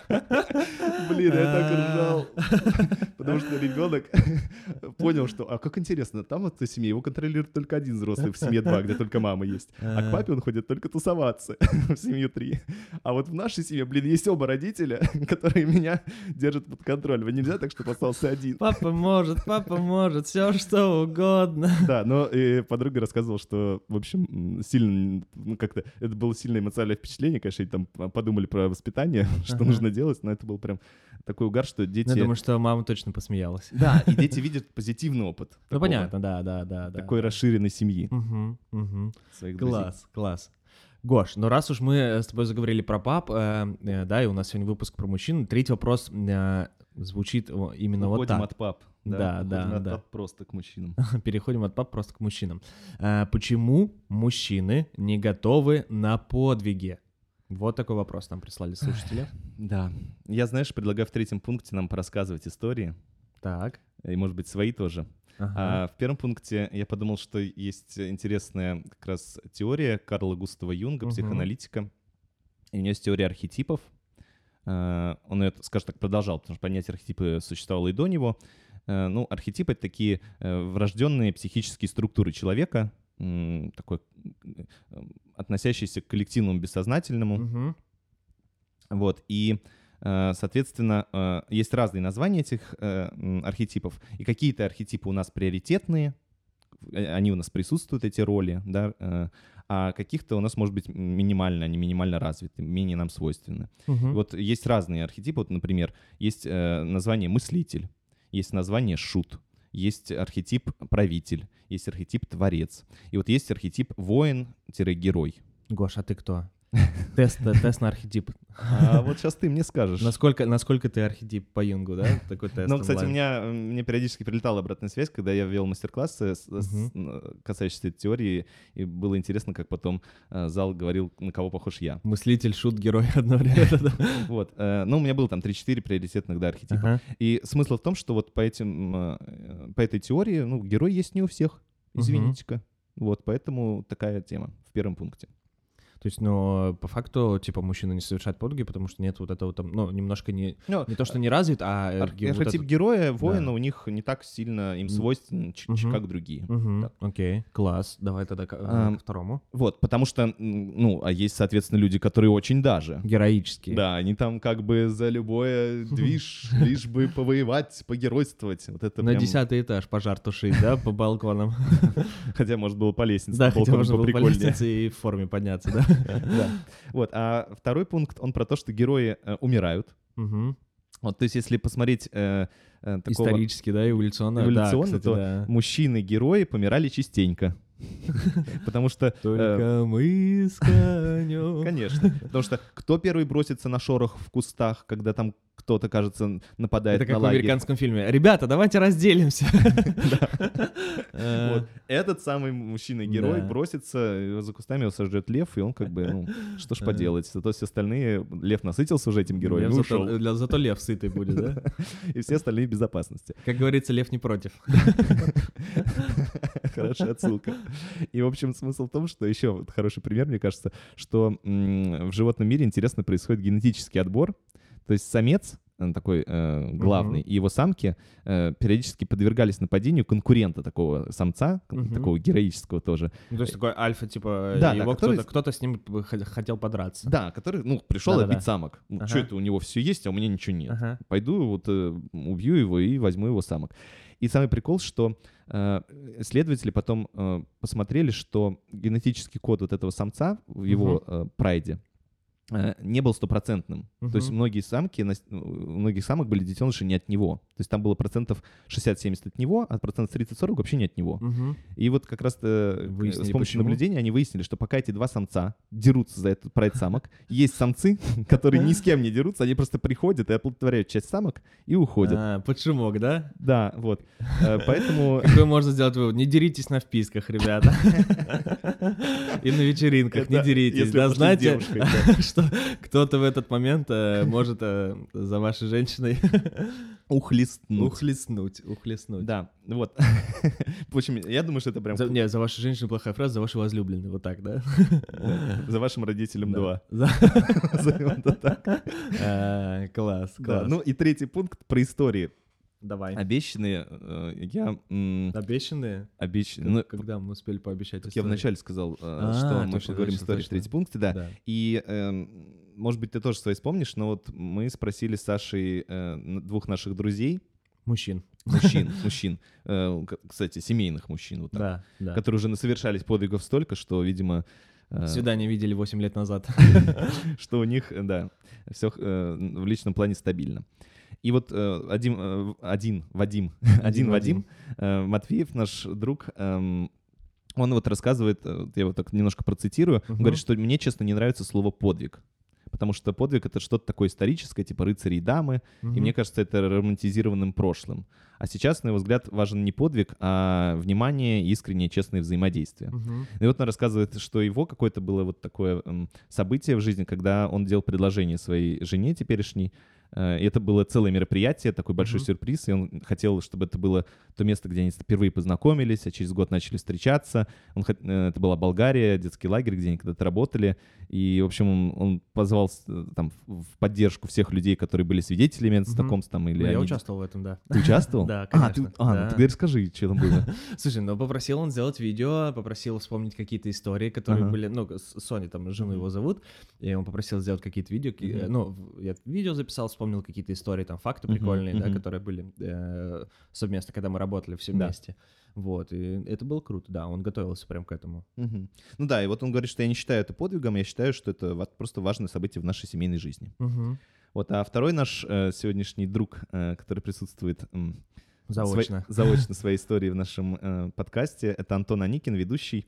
Блин, я так ржал. Потому что ребенок понял, что, а как интересно, там вот в той семье его контролирует только один взрослый, в семье два, где только мама есть. А к папе он ходит только тусоваться в семью три. А вот в нашей семье, блин, есть оба родителя, которые меня держат под контролем. И нельзя так, чтобы остался один. Папа может, папа может, все что угодно. Да, но и подруга рассказывала, что, в общем, м, сильно, ну, как-то, это было сильное эмоциональное впечатление, конечно, и там подумали про воспитание, что Ага. нужно делать, но это был прям такой угар, что дети... Я думаю, что мама точно посмеялась. Да, и дети видят позитивный опыт. Ну, такого- понятно, да, да, да. да. Такой расширенной семьи Мгм, мгм. своих друзей. Класс, класс. Гош, ну раз уж мы э, с тобой заговорили про пап, э, э, да, и у нас сегодня выпуск про мужчин, третий вопрос э, звучит о, именно вот Уходим так. от пап. Да, да, Уходим от да. пап просто к мужчинам. Переходим от пап просто к мужчинам. Э, почему мужчины не готовы на подвиги? Вот такой вопрос нам прислали слушатели. Да. Я, знаешь, предлагаю в третьем пункте нам порассказывать истории, Так. и, может быть, свои тоже. Ага. А в первом пункте я подумал, что есть интересная как раз теория Карла Густава Юнга, Мгм. психоаналитика. И у него есть теория архетипов. А, Он ее, скажем так, продолжал, потому что понятие архетипа существовало и до него. А, Ну, архетипы — это такие э, врожденные психические структуры человека, м, такой, э, относящиеся к коллективному бессознательному. Мгм. Вот, и, э, соответственно, э, есть разные названия этих э, м, архетипов, и какие-то архетипы у нас приоритетные, э, они у нас присутствуют, эти роли, да, э, а каких-то у нас, может быть, минимально, они минимально развиты, менее нам свойственны. Мгм. Вот есть разные архетипы, вот, например, есть э, название мыслитель, есть название шут, есть архетип правитель, есть архетип творец, и вот есть архетип воин-герой. Гош, а ты кто? Тест, тест на архетип. А вот сейчас ты мне скажешь. Насколько, насколько ты архетип по Юнгу, да? Такой тест. Ну, кстати, у онлайн. меня, мне периодически прилетала обратная связь, когда я вел мастер-классы, с- с- касающиеся этой теории, и было интересно, как потом э, зал говорил, на кого похож я. Мыслитель, шут, герой одновременно. Вот. э, Ну, у меня было там три-четыре приоритетных, да, архетипа. Ага. И смысл в том, что вот по этим, э, по этой теории, ну, герой есть не у всех, Мгм. извините-ка. Вот, поэтому такая тема в первом пункте. То есть, ну, по факту, типа, мужчина не совершает подвиги, потому что нет вот этого там, ну, немножко не, Ну, не то, что не развит, а... э, ар- ге- вот архетип этот- героя, воина, да. у них не так сильно им М. свойственен, ч- ч- Мгм. как другие. Мгм, Так. окей, класс. Давай тогда к, э, Ам, ко второму. Вот, потому что, м, ну, а есть, соответственно, люди, которые очень даже. Героический. Да, они там как бы за любое движ, лишь бы повоевать, погеройствовать. Вот это На прям... десятый этаж пожар тушить, да, по балконам. Хотя, может, было по лестнице, Да, по хотя балкону можно было по поприкольнее. лестнице и в форме подняться, да? Да. Вот, а второй пункт, он про то, что герои э, умирают. Мгм. Вот, то есть, если посмотреть э, э, такого Исторически, да, эволюционно. Да, эволюционно, кстати, то да. мужчины-герои помирали частенько. Потому что... э, Только мы с конем. Конечно. Потому что кто первый бросится на шорох в кустах, когда там кто-то, кажется, нападает Это на как в лагерь? американском фильме. Ребята, давайте разделимся. Э, Вот. Этот самый мужчина-герой Да. бросится, его за кустами его сожрет лев, и он как бы, ну, что ж Э. поделать. Зато все остальные, лев насытился уже этим героем лев и зато- ушел. для- Зато лев сытый будет, да? И все остальные в безопасности. Как говорится, лев не против. Хорошая отсылка. И, в общем, смысл в том, что еще вот хороший пример, мне кажется, что м, в животном мире интересно происходит генетический отбор. То есть самец, он такой э, главный, Мгм. и его самки э, периодически подвергались нападению конкурента такого самца, к- Мгм. такого героического тоже. Ну, то есть такой альфа, типа, Да, да, его который- кто-то кто-то с ним х- хотел подраться. Да, который, ну, пришел Да-да-да. отбить самок. Ну, Ага. что это у него все есть, а у меня ничего нет. Ага. Пойду вот э, убью его и возьму его самок. И самый прикол, что э, исследователи потом э, посмотрели, что генетический код вот этого самца в его э, прайде э, не был стопроцентным. Мгм. То есть многие самки, нас- у многих самок были детеныши не от него. То есть там было процентов шестьдесят-семьдесят от него, а процентов тридцать-сорок вообще не от него. Мгм. И вот как раз э, Выяснили, с помощью почему? наблюдения они выяснили, что пока эти два самца дерутся за этот прайд самок, есть самцы, которые ни с кем не дерутся, они просто приходят и оплодотворяют часть самок и уходят. А, подшумок, да? Да, вот. Э, Поэтому... Какой можно сделать вывод? Не деритесь на вписках, ребята. И на вечеринках не Это деритесь. если Да, пошли с знаете, девушкой, да. что кто-то в этот момент э, может э, за вашей женщиной Ухлестнуть. ухлестнуть. Ухлестнуть. Да, вот. В общем, я думаю, что это прям За- Не, за вашей женщиной плохая фраза, за вашей возлюбленной. Вот так, да? за вашим родителем Да. два. За- Назовем это так. А, Класс, Да, класс. ну и третий пункт про истории. Давай. Обещанные, э, я м, Обещанные? обещанные, ну, Когда мы успели пообещать как я историю? вначале сказал, э, А, что мы точно, поговорим точно, истории в точно. третьем пункте, да. Да. И, эм, может быть, ты тоже свои вспомнишь, но вот мы спросили с Сашей э, н- двух наших друзей, Мужчин. мужчин, мужчин, э, к- кстати, семейных мужчин, вот так, Да, да. которые уже насовершались подвигов столько, что, видимо, э, Свидание видели восемь лет назад. что у них, э, да, все в личном плане стабильно. И вот э, один, э, один Вадим, один Вадим э, Матвеев, наш друг, эм, он вот рассказывает, э, вот я его так немножко процитирую, он Мгм. говорит, что мне, честно, не нравится слово «подвиг». Потому что подвиг — это что-то такое историческое, типа рыцари и дамы, и мне кажется, это романтизированным прошлым. А сейчас, на его взгляд, важен не подвиг, а внимание, искреннее, честное взаимодействие. И вот он рассказывает, что его какое-то было вот такое м, событие в жизни, когда он делал предложение своей жене теперешней. Э, и это было целое мероприятие, такой большой Мгм. сюрприз, и он хотел, чтобы это было то место, где они впервые познакомились, а через год начали встречаться. Он, хот- э, это была Болгария, детский лагерь, где они когда-то работали. И, в общем, он, он позвал с- э, там, в в поддержку всех людей, которые были свидетелями Мгм. знакомств. Там, или Ну, я они- участвовал в этом, да. Ты участвовал? Да, А, ты, конечно, а, да. ну тогда расскажи, что там было. Слушай, ну попросил он сделать видео, попросил вспомнить какие-то истории, которые Ага. были, ну, с- Соня, там, жену его зовут, и он попросил сделать какие-то видео, ки- Мгм. э, ну, в- я видео записал, вспомнил какие-то истории, там, факты Мгм, прикольные, да, мгм. которые были э, совместно, когда мы работали все Да. вместе. Вот, и это было круто, да, он готовился прям к этому. Мгм. Ну да, и вот он говорит, что я не считаю это подвигом, я считаю, что это ва- просто важное событие в нашей семейной жизни. Вот, а второй наш э, сегодняшний друг, э, который присутствует м, Заочно. Свой, заочно своей истории в нашем э, подкасте, это Антон Аникин, ведущий.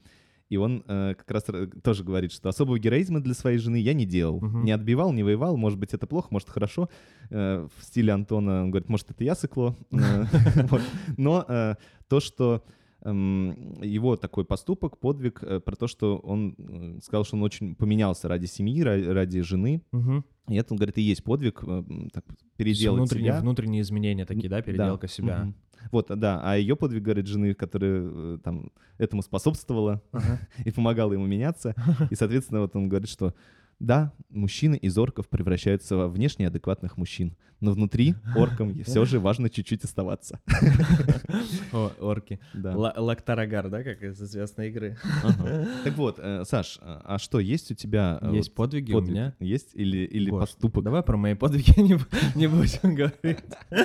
и он э, как раз р- тоже говорит, что особого героизма для своей жены я не делал. Мгм. Не отбивал, не воевал, может быть, это плохо, может, хорошо. Э, в стиле Антона он говорит, может, это я сыкло. Э, вот. Но э, то, что эм, его такой поступок, подвиг, э, про то, что он э, сказал, что он очень поменялся ради семьи, ра- ради жены. Мгм. И это, он говорит, и есть подвиг, э, м, так, переделать Внутренние, себя. внутренние изменения такие, да, Да. переделка себя. Мгм. Вот, да. А ее подвиг, говорит, жены, которая э, там этому способствовала Ага. и помогала ему меняться. И, соответственно, вот он говорит, что да, мужчины из орков превращаются во внешне адекватных мужчин, но внутри оркам все же важно чуть-чуть оставаться. О, орки. Да. Ла- Лактарагар, да, как из известной игры. Ага. Так вот, э, Саш, а а что, есть у тебя э, Есть вот подвиги у подвиг? меня. Есть или, или Гош, поступок? Давай про мои подвиги не, бу- не будем говорить.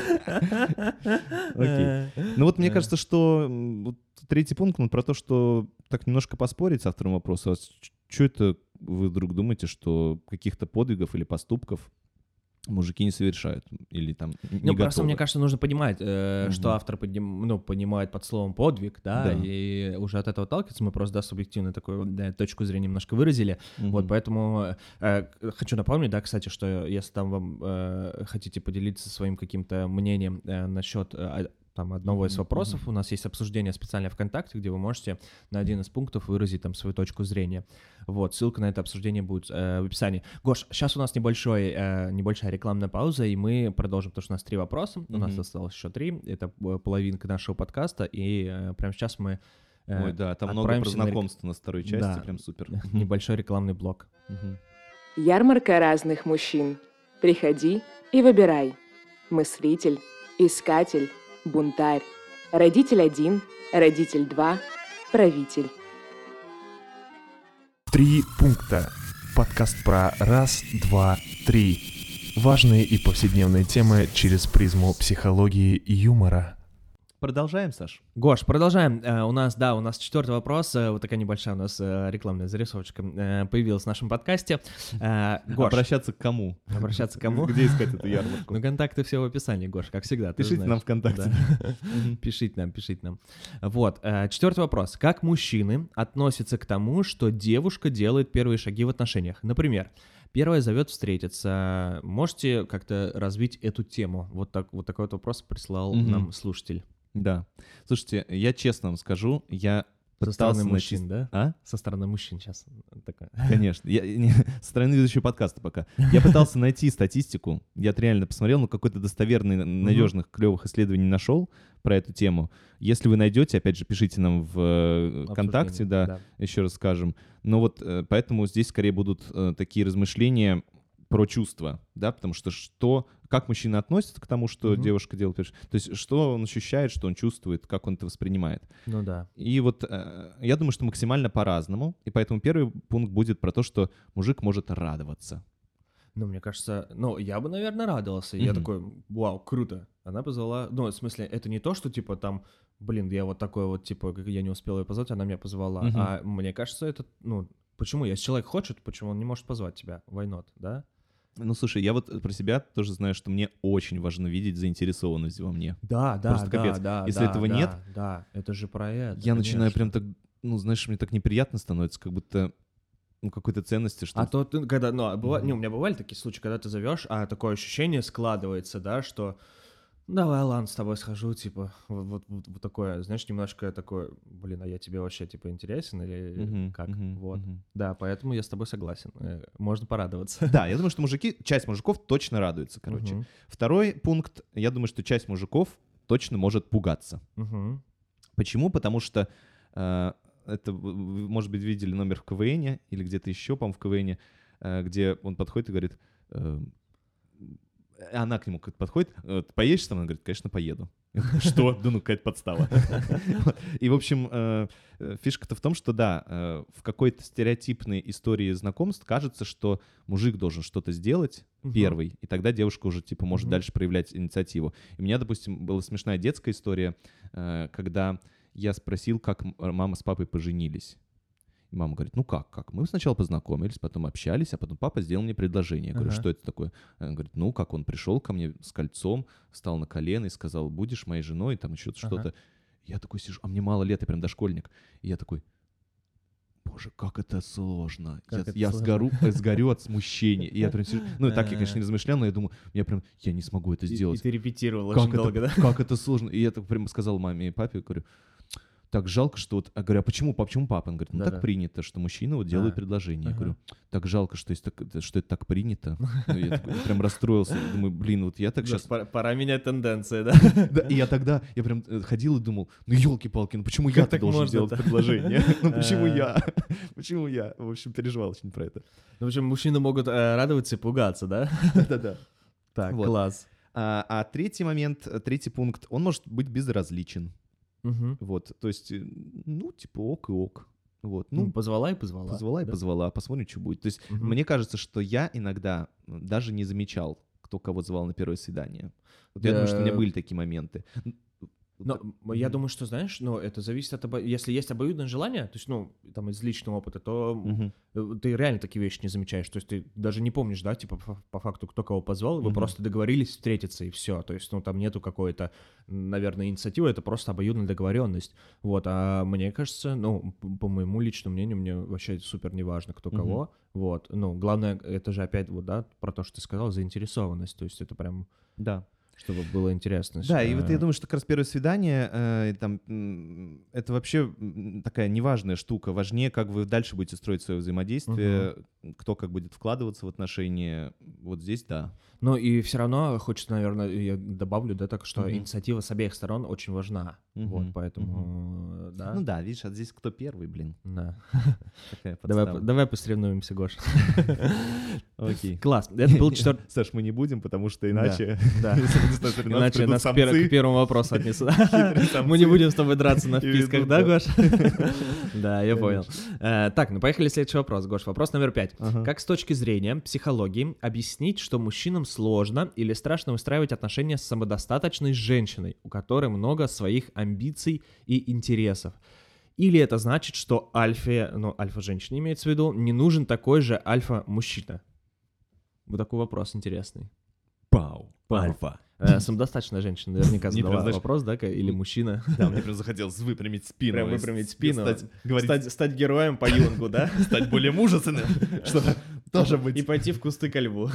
Окей. Ну вот мне Э. кажется, что м, вот третий пункт, он про то, что так немножко поспорить с автором вопроса. А что это вы вдруг думаете, что каких-то подвигов или поступков мужики не совершают? Или там не Ну, просто готовы? мне кажется, нужно понимать, э, что Мгм. автор подним- ну, понимает под словом подвиг, да, Да. и уже от этого отталкиваться. Мы просто, да, субъективную такую да, точку зрения немножко выразили. Мгм. Вот, поэтому э, хочу напомнить, да, кстати, что если там вам э, хотите поделиться своим каким-то мнением э, насчет э, там одного из Мгм, вопросов, мгм. у нас есть обсуждение специально ВКонтакте, где вы можете на один из пунктов выразить там свою точку зрения. Вот, ссылка на это обсуждение будет э, в описании. Гош, сейчас у нас небольшой, э, небольшая рекламная пауза, и мы продолжим, потому что у нас три вопроса, у нас Мгм. осталось еще три, это э, половинка нашего подкаста, и э, прямо сейчас мы э, Ой, да, там много про отправимся на рек- знакомство на второй части, Да. прям супер. небольшой рекламный блок. Мгм. Ярмарка разных мужчин. Приходи и выбирай. Мыслитель, искатель, бунтарь. Родитель один, родитель два, правитель. Три пункта. Подкаст про раз, два, три. Важные и повседневные темы через призму психологии и юмора. Продолжаем, Саш? Гош, продолжаем. Э, у нас, да, у нас четвертый вопрос. э, Вот такая небольшая у нас э, рекламная зарисовочка э, появилась в нашем подкасте. Э, Гош, Обращаться к кому? обращаться к кому? Где искать эту ярмарку? Ну, контакты все в описании, Гош, как всегда. ты Пишите знаешь. нам ВКонтакте. Да. Пишите нам, пишите нам. Вот, э, четвертый вопрос. Как мужчины относятся к тому, что девушка делает первые шаги в отношениях? Например, первая зовет встретиться. Можете как-то развить эту тему? Вот, так, вот такой вот вопрос прислал Мгм. нам слушатель. Да. Слушайте, я честно вам скажу, я Со стороны пытался найти... мужчин, да? А? Со стороны мужчин сейчас. Такая. Конечно. Я, не, со стороны ведущего подкаста пока. Я пытался найти статистику. Я реально посмотрел, но какой-то достоверный, надежных, клевых исследований не нашел про эту тему. Если вы найдете, опять же, пишите нам в э, ВКонтакте, Обсуждение, да, еще раз скажем. Но вот э, поэтому здесь скорее будут э, такие размышления про чувства, да, потому что что, как мужчина относится к тому, что Мгм. девушка делает, первый шаг, то есть что он ощущает, что он чувствует, как он это воспринимает. Ну да. И вот э, я думаю, что максимально по-разному, и поэтому первый пункт будет про то, что мужик может радоваться. Ну, мне кажется, ну, я бы, наверное, радовался. Я Мгм. такой, вау, круто. Она позвала, ну, в смысле, это не то, что, типа, там, блин, я вот такой вот, типа, как я не успел ее позвать, она меня позвала. Мгм. А мне кажется, это, ну, почему? Если человек хочет, почему он не может позвать тебя? Why not, да? Ну, слушай, я вот про себя тоже знаю, что мне очень важно видеть заинтересованность во мне. Да, да, Просто да, капец. да. Если да, этого да, нет, да, это же про это. Я начинаю конечно. прям так, ну, знаешь, мне так неприятно становится, как будто, ну, какой-то ценности, что... А то ты, когда, ну, а быва- Мгм. не, у меня бывали такие случаи, когда ты зовешь, а такое ощущение складывается, да, что давай, ладно, с тобой схожу, типа, вот, вот, вот, вот такое, знаешь, немножко такое, блин, а я тебе вообще, типа, интересен или Мгм, как? мгм, Вот. мгм. Да, поэтому я с тобой согласен. Э, Можно порадоваться. Да, я думаю, что мужики, часть мужиков точно радуется, короче. Мгм, Второй пункт, я думаю, что часть мужиков точно может пугаться. мгм. Почему? Потому что э, это, вы, вы, может быть, видели номер в КВНе или где-то еще, по-моему, в КВНе, э, где он подходит и говорит, э, она к нему как-то подходит, э, «Ты поедешь со мной?» Он говорит, конечно, поеду. Я такой, что? Да ну, какая-то подстава. Вот. И, в общем, э, э, фишка-то в том, что, да, э, в какой-то стереотипной истории знакомств кажется, что мужик должен что-то сделать Мгм. первый, и тогда девушка уже, типа, может Мгм. дальше проявлять инициативу. И у меня, допустим, была смешная детская история, э, когда я спросил, как м- мама с папой поженились. И мама говорит, ну как, как? Мы сначала познакомились, потом общались, а потом папа сделал мне предложение. Я говорю, Ага. что это такое? Она говорит, ну как, он пришел ко мне с кольцом, встал на колено и сказал, будешь моей женой, там еще Ага. что-то. Я такой сижу, а мне мало лет, я прям дошкольник. И я такой, боже, как это сложно. Как я это я сложно? сгору, э, сгорю от смущения. И я прям сижу- ну, и так я, конечно, не размышлял, но я думаю, я прям, я не смогу это И, и сделать. ты репетировал Как очень это, долго, да? как это сложно. И я так прям сказал маме и папе, говорю, так жалко, что вот... Я говорю, а почему, пап- почему папа? Он говорит, ну Да-да. так принято, что мужчина вот делает А, предложение. Я ага. говорю, так жалко, что, есть так, что это так принято. Ну, я, такой, я прям расстроился. Думаю, блин, вот я так Да, сейчас... пора, пора менять тенденции, да? Да, и я тогда, я прям э, ходил и думал, ну елки-палки, ну почему Как я-то так должен можно-то? делать предложение? Ну почему А. я? Почему я? В общем, переживал очень про это. Ну, в общем, мужчины могут э, радоваться и пугаться, да? Да-да-да. Так, Вот. класс. А, а третий момент, э, третий пункт, он может быть безразличен. Мгм. Вот, то есть, э, ну, типа ок и ок. Вот, Ну, ну, позвала и позвала. позвала и да? позвала, посмотрим, что будет. То есть, Мгм. мне кажется, что я иногда м, даже не замечал, кто кого звал на первое свидание. Вот я думаю, что у меня Да. были такие моменты. Н- Но так- м, я Мгм. думаю, что, знаешь, ну, это зависит от... обо- Если есть обоюдное желание, то есть, ну, там, из личного опыта, то м, Мгм. э, ты реально такие вещи не замечаешь. То есть ты даже не помнишь, да, типа, по, по факту, кто кого позвал, вы Мгм. просто договорились встретиться, и все. То есть, ну, там нету какой-то, наверное, инициативы, это просто обоюдная договоренность. Вот, а мне кажется, ну, п- по моему личному мнению, мне вообще супер неважно, кто Мгм. кого. Вот, ну, главное, это же опять вот, да, про то, что ты сказал, заинтересованность. То есть это прям, Да. чтобы было интересно. Да, и вот я Э, думаю, что как раз первое свидание, э, и там, м, это вообще м, такая неважная штука. Важнее, как вы дальше будете строить свое взаимодействие, кто как будет вкладываться в отношения. Вот здесь, да. Ну и все равно хочется, наверное, я добавлю, да, так что Мгм. инициатива с обеих сторон очень важна. Мгм, Вот, поэтому, э, да. Ну да, видишь, а здесь кто первый, блин. Да. Такая Давай, подстава. давай посоревнуемся, Гош. Окей. Класс. Это был четвертый. Саш, мы не будем, потому что иначе... Да. если будем ставить соревноваться, Иначе придут нас к пер- самцы. к первому вопросу отнесут. самцы. Мы не будем с тобой драться на И вписках, ведут, да, да. Гош? Да, я понял. Э, Так, ну поехали следующий вопрос, Гош. Вопрос номер пять. Ага. Как с точки зрения психологии объяснить, что мужчинам сложно или страшно выстраивать отношения с самодостаточной женщиной, у которой много своих амбиций и интересов? Или это значит, что альфе, ну, альфа-женщина имеется в виду, не нужен такой же альфа-мужчина? Вот такой вопрос интересный. Пау. Пау. Альфа. Э, Самодостаточная женщина наверняка Не, задала прям, знаешь, вопрос, да, ка- или мужчина. Да, мне прям захотелось выпрямить спину. Прям и выпрямить с- спину. Стать, говорить, Стать, стать героем по Юнгу, да? стать более мужественным. Что тоже быть. И пойти в кусты ко льву.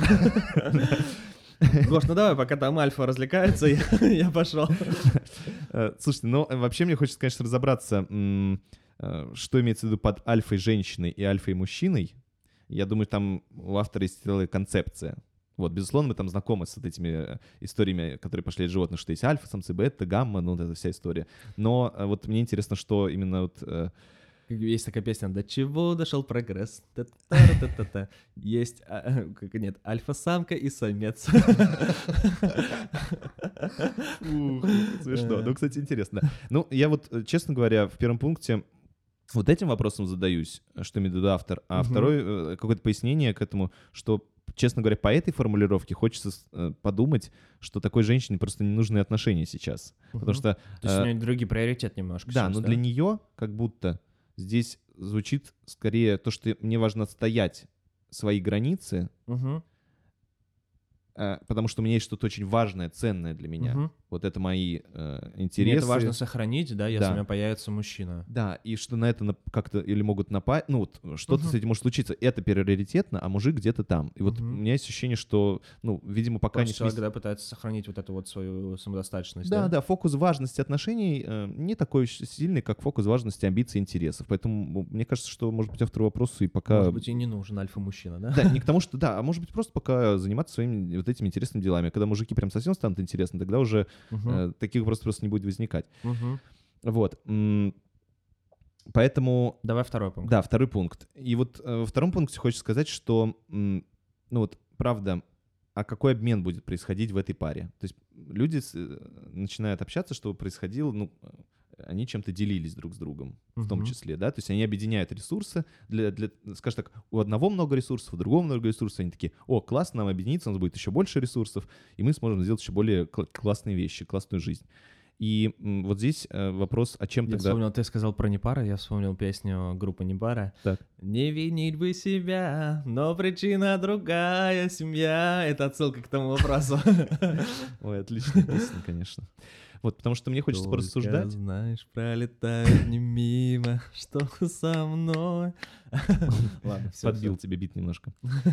Гош, ну давай, пока там Альфа развлекается, я, я пошел. Э, Слушайте, ну э, вообще мне хочется, конечно, разобраться, м, э, что имеется в виду под альфой женщиной и альфой мужчиной. Я думаю, там у автора есть целая концепция. Вот, безусловно, мы там знакомы с вот этими э, историями, которые пошли от животных, что есть альфа-самцы, бета, гамма, ну, вот эта вся история. Но э, вот мне интересно, что именно вот... э, Есть такая песня «До чего дошел прогресс?» Та-та-та-та-та. Есть, а, как нет, альфа-самка и самец. Ух, смешно. Ну, кстати, интересно. Ну, я вот, э, честно говоря, в первом пункте вот этим вопросом задаюсь, что имеет в виду автор, а Мгм. второй э, какое-то пояснение к этому, что, честно говоря, по этой формулировке хочется э, подумать, что такой женщине просто не нужны отношения сейчас. Потому Мгм. что, То есть у э, нее другие приоритеты немножко да, сейчас, но для нее как будто здесь звучит скорее то, что мне важно отстоять свои границы, Мгм. э, потому что у меня есть что-то очень важное, ценное для меня. Мгм. Вот это мои э, Мне интересы. это важно сохранить, да, если Да. у меня появится мужчина. Да, и что на это нап- как-то или могут напасть, ну вот что-то Мгм. с этим может случиться. Это приоритетно, а мужик где-то там. И вот Мгм. у меня есть ощущение, что, ну, видимо, пока Просто не человек, смес- да, пытается сохранить вот эту вот свою самодостаточность, Да, да? да, фокус важности отношений э, не такой щ- сильный, как фокус важности амбиций и интересов. Поэтому м, мне кажется, что, может быть, автору вопроса и пока... Может быть, и не нужен альфа-мужчина, да? Да, не к тому, что да, а может быть, просто пока заниматься своими вот этими интересными делами. Когда мужики прям совсем станут интересны, тогда уже Мгм. э, таких вопросов просто не будет возникать. Мгм. Вот. м, Поэтому Давай второй пункт. да, второй пункт. И вот э, во втором пункте хочется сказать, что, м, ну вот, правда, а какой обмен будет происходить в этой паре? То есть люди с- э, начинают общаться, чтобы происходило, ну, э, они чем-то делились друг с другом, в том Мгм. числе, да, то есть они объединяют ресурсы, для, для, скажем так, у одного много ресурсов, у другого много ресурсов, они такие, о, классно, нам объединиться, у нас будет еще больше ресурсов, и мы сможем сделать еще более кл- классные вещи, классную жизнь. И м, вот здесь э, вопрос, а чем Я тогда... вспомнил, ты сказал про Непара, я вспомнил песню группы Непара. Так. Не винить бы себя, но причина другая семья. Это отсылка к тому вопросу. Ой, отличная песня, конечно. Вот, потому что мне хочется Только порассуждать. знаешь, пролетают не мимо, что со мной. Ладно, все. Подбил тебе бит немножко.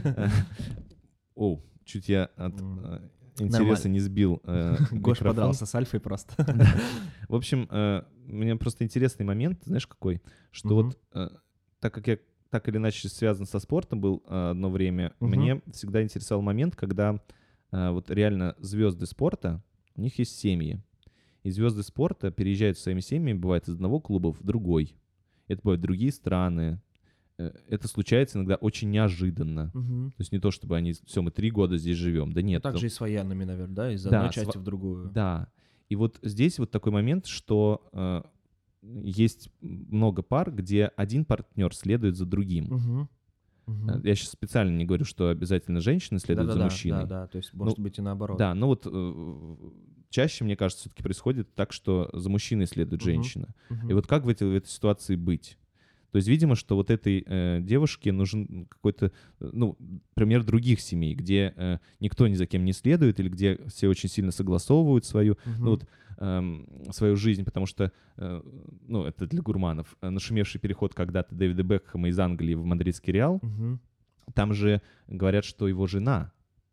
Оу, чуть я от э, интереса Нормально. не сбил э, Гош микрофон. подрался с Альфой просто. В общем, э, у меня просто интересный момент, знаешь, какой? Что Мгм. вот, э, так как я так или иначе связан со спортом был э, одно время, Мгм. мне всегда интересовал момент, когда э, вот реально звезды спорта, у них есть семьи. И звезды спорта переезжают со своими семьями, бывает, из одного клуба в другой. Это бывают другие страны. Э, Это случается иногда очень неожиданно. Мгм. То есть не то, чтобы они, все, мы три года здесь живем. Да нет. Так же и с военными, наверное, да? Из Да, одной с части во- в другую. Да. И вот здесь вот такой момент, что э, есть много пар, где один партнер следует за другим. Мгм. Мгм. Э, Я сейчас специально не говорю, что обязательно женщины следуют за Да-да-да, мужчиной. Да, да, то есть может Ну, быть и наоборот. Да, но вот э, чаще, мне кажется, все-таки происходит так, что за мужчиной следует Мгм. женщина. Мгм. И вот как в этой, в этой ситуации быть? То есть, видимо, что вот этой э, девушке нужен какой-то, э, ну, пример других семей, где э, никто ни за кем не следует, или где все очень сильно согласовывают свою, Мгм. ну, вот, эм, свою жизнь, потому что, э, ну, это для гурманов, э, нашумевший переход когда-то Дэвида Бекхэма из Англии в мадридский Реал, Мгм. там же говорят, что его жена,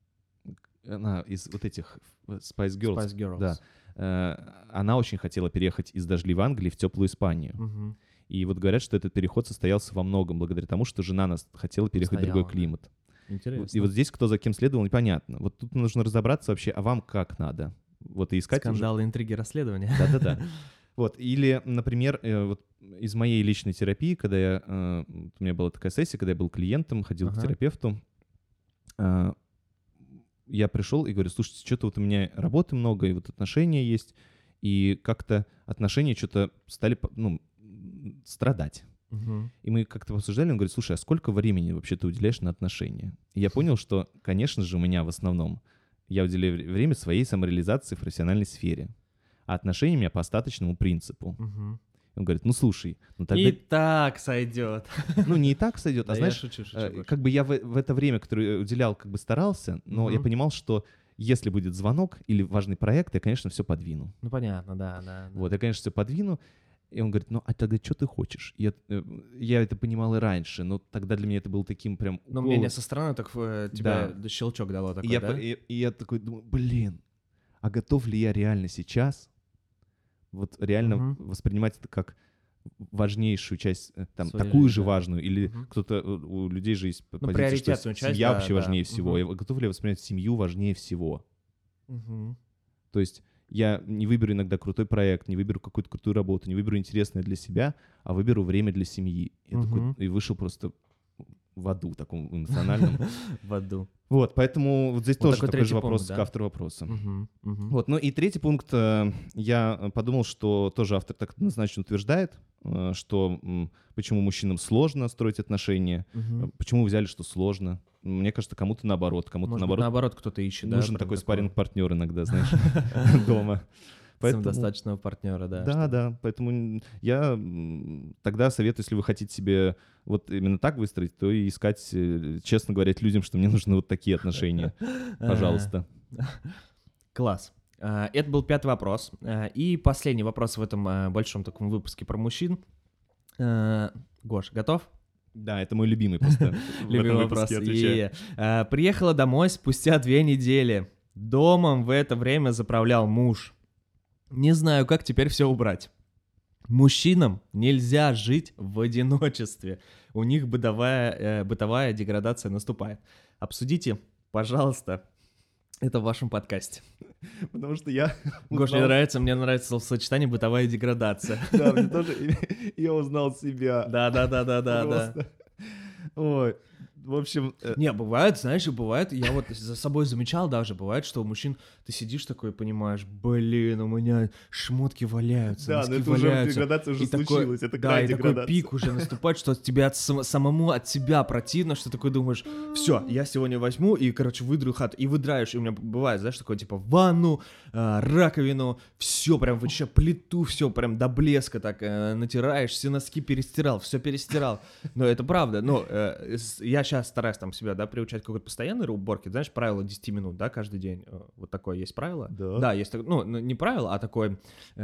она из вот этих э, Spice Girls, Spice Girls. да, э, она очень хотела переехать из дождливой Англии в теплую Испанию. Мгм. И вот говорят, что этот переход состоялся во многом благодаря тому, что жена нас хотела переехать в другой Настояла, да. климат. Интересно. И вот здесь кто за кем следовал, непонятно. Вот тут нужно разобраться вообще, а вам как надо? Вот и искать уже. Скандалы, интриги, расследования. Да-да-да. Вот, или, например, э, вот из моей личной терапии, когда я, э, у меня была такая сессия, когда я был клиентом, ходил Ага. к терапевту, э, я пришел и говорю, слушайте, что-то вот у меня работы много, и вот отношения есть, и как-то отношения что-то стали, по- ну, страдать. Мгм. И мы как-то обсуждали, он говорит, слушай, а сколько времени вообще ты уделяешь на отношения? И я понял, что, конечно же, у меня в основном, я уделяю вре- время своей самореализации в профессиональной сфере, а отношения у меня по остаточному принципу. Мгм. Он говорит, ну слушай, ну тогда, И так сойдет. ну не и так сойдет, а Да я знаешь, шучу, шучу, э, Гош. как бы я в, в это время, которое уделял, как бы старался, но я Мгм. понимал, что если будет звонок или важный проект, я, конечно, все подвину. Ну понятно, да, да. да. Вот, я, конечно, все подвину. И он говорит, ну, а тогда что ты хочешь? Я, э, я это понимал и раньше, но тогда для меня это было таким прям... Но уколом. мнение со стороны так э, тебя Да. щелчок дало И такой, я, да? по- и, и я такой думаю, блин, а готов ли я реально сейчас вот реально Мгм. воспринимать это как важнейшую часть, э, там, Своей такую жизни, же да. важную, или Мгм. кто-то, у у людей же есть п- Ну, позиция, что приоритетную с- часть, семья да, вообще да. важнее всего. Мгм. Я готов ли я воспринимать семью важнее всего? Мгм. То есть я не выберу иногда крутой проект, не выберу какую-то крутую работу, не выберу интересное для себя, а выберу время для семьи. Я такой, Мгм. и вышел просто в аду таком эмоциональном. В аду. Вот, поэтому вот здесь Вот тоже такой такой же третий вопрос пункт, да? к автору вопроса. Мгм. Мгм. Вот, ну и третий пункт, э, я э, подумал, что тоже автор так однозначно утверждает, э, что м, почему мужчинам сложно строить отношения, Мгм. э, почему вы взяли, что сложно. Мне кажется, кому-то наоборот, кому-то Может быть, наоборот наоборот, кто-то ищет, да? нужен прям такой такого спарринг-партнер иногда, знаешь, дома. Поэтому- самодостаточного партнера, да. Да, чтобы- да, поэтому м, я м, тогда советую, если вы хотите себе вот именно так выстроить, то и искать, э, честно говорить людям, что мне нужны вот такие отношения, пожалуйста. Класс. А, Это был пятый вопрос. А, И последний вопрос в этом а, большом таком выпуске про мужчин. А, Гош, готов? Да, это мой любимый просто в Любимый этом вопрос. выпуске отвечаю. Е-е. А, Приехала домой спустя две недели. Домом в это время заправлял муж. Не знаю, как теперь все убрать. Мужчинам нельзя жить в одиночестве. У них бытовая, э, бытовая деградация наступает. Обсудите, пожалуйста, это в вашем подкасте. Потому что я Гош, мне узнал- нравится, мне нравится словосочетание «бытовая деградация». Да, мне тоже, я узнал себя. Да-да-да-да-да. Просто. Ой, в общем, э, Не, бывает, знаешь, и бывает, я вот за собой замечал даже, бывает, что у мужчин ты сидишь такой и понимаешь, блин, у меня шмотки валяются, да, но носки это уже валяются. деградация уже И такой- случилась, это Да, край и такой деградации. пик уже наступает, что тебе от сам- самому от себя противно, что такой думаешь, все, я сегодня возьму и, короче, выдраю хату. И выдраешь, и у меня бывает, знаешь, такое, типа, ванну, а, раковину, все прям, вообще плиту, все прям до блеска так э, натираешь, все носки перестирал, все перестирал. Но это правда, ну, э, с- я сейчас сейчас стараюсь там себя, да, приучать к какой-то постоянной уборке. Знаешь, правило десять минут, да, каждый день. Вот такое есть правило. Да. Да, есть, ну, не правило, а такой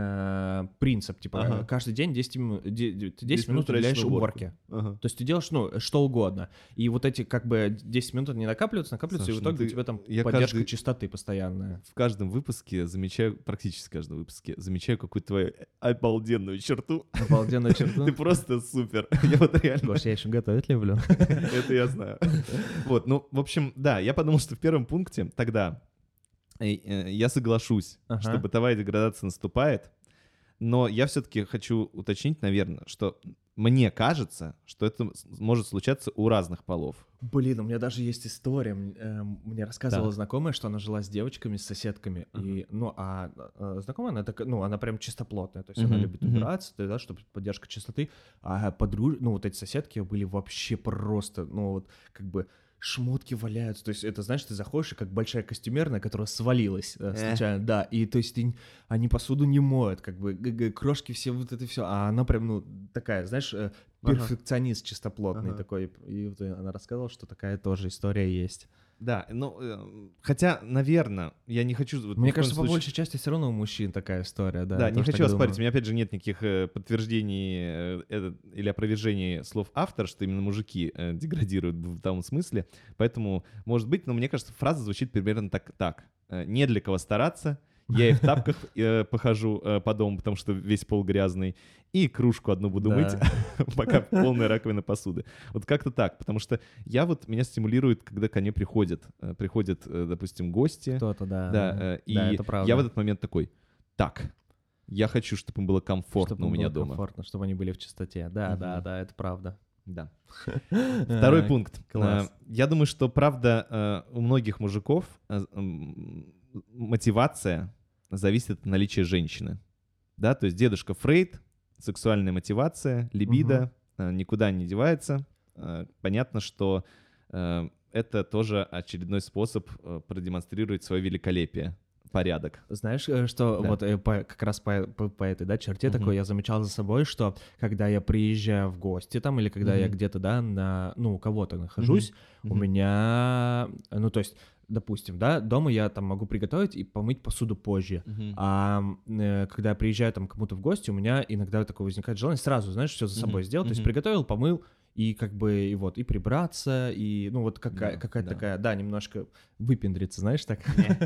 э, принцип, типа, Ага. каждый день десять минут, десять, десять минут тратишь уделяешь на уборку. уборке. Ага. То есть ты делаешь, ну, что угодно. И вот эти, как бы, десять минут не накапливаются, накапливаются, Саша, и в итоге ну у ты- тебя там я поддержка каждый- чистоты постоянная. В каждом выпуске замечаю, практически в каждом выпуске, замечаю какую-то твою обалденную черту. Обалденная черта. Ты просто супер. Я вот реально... Гош, я еще готовить люблю. Это я знаю. Вот, ну, в общем, да, я подумал, что в первом пункте тогда э, э, я соглашусь, Ага. что бытовая деградация наступает, но я все-таки хочу уточнить, наверное, что мне кажется, что это с- может случаться у разных полов. Блин, у меня даже есть история. М, э, Мне рассказывала Так. знакомая, что она жила с девочками, с соседками. И, ну, а э, знакомая, она такая, ну, она прям чистоплотная. То есть она Мгм, любит мгм. убираться, да, чтобы поддержка чистоты. А подруж... ну, вот эти соседки были вообще просто, ну, вот, как бы шмотки валяются. То есть это, знаешь, ты заходишь, и как большая костюмерная, которая свалилась э, Э. случайно. Да, и то есть ты- они посуду не моют, как бы г- г- крошки все, вот это все. А она прям, ну, такая, знаешь, э, Ага. перфекционист чистоплотный Ага. такой. И вот она рассказывала, что такая тоже история есть. Да, ну, э, хотя, наверное, я не хочу... вот ни Мне в коем кажется, по случае- большей части все равно у мужчин такая история, да. Да, я не тоже хочу так оспорить, у думаю. меня опять же нет никаких э, подтверждений э, это- или опровержений слов автора, что именно мужики э, деградируют в том смысле, поэтому, может быть, но мне кажется, фраза звучит примерно так, так. Э, не для кого стараться, я и в тапках э, похожу э, по дому, потому что весь пол грязный, и кружку одну буду Да. мыть, пока полная раковина посуды. Вот как-то так, потому что я вот, меня стимулирует, когда ко мне приходят, э, приходят, э, допустим, гости, Кто-то, да. да, э, и Да, это правда. я в этот момент такой, так, я хочу, чтобы им было комфортно Чтобы у меня было дома. комфортно, чтобы они были в чистоте. Да, Мгм. да, да, это правда. Да. Второй Э, пункт. класс. Э, Я думаю, что правда э, у многих мужиков э, м, мотивация зависит от наличия женщины. Да, то есть дедушка Фрейд, сексуальная мотивация, либидо э, никуда не девается. Э, Понятно, что э, это тоже очередной способ э, продемонстрировать свое великолепие, порядок. Знаешь, э, что Да. вот э, по- как раз по, по- по этой, да, черте Мгм. такой я замечал за собой, что когда я приезжаю в гости там или когда я Мгм. где-то, да, на, ну, у кого-то нахожусь, у Мгм. меня, ну, то есть, допустим, да, дома я там могу приготовить и помыть посуду позже. Мгм. А э, когда я приезжаю там к кому-то в гости, у меня иногда такое возникает желание сразу, знаешь, все за собой Мгм, сделать. То есть мгм. приготовил, помыл, и как бы, и вот, и прибраться, и, ну, вот какая, Да, какая-то да. такая, да, немножко выпендриться, знаешь, так.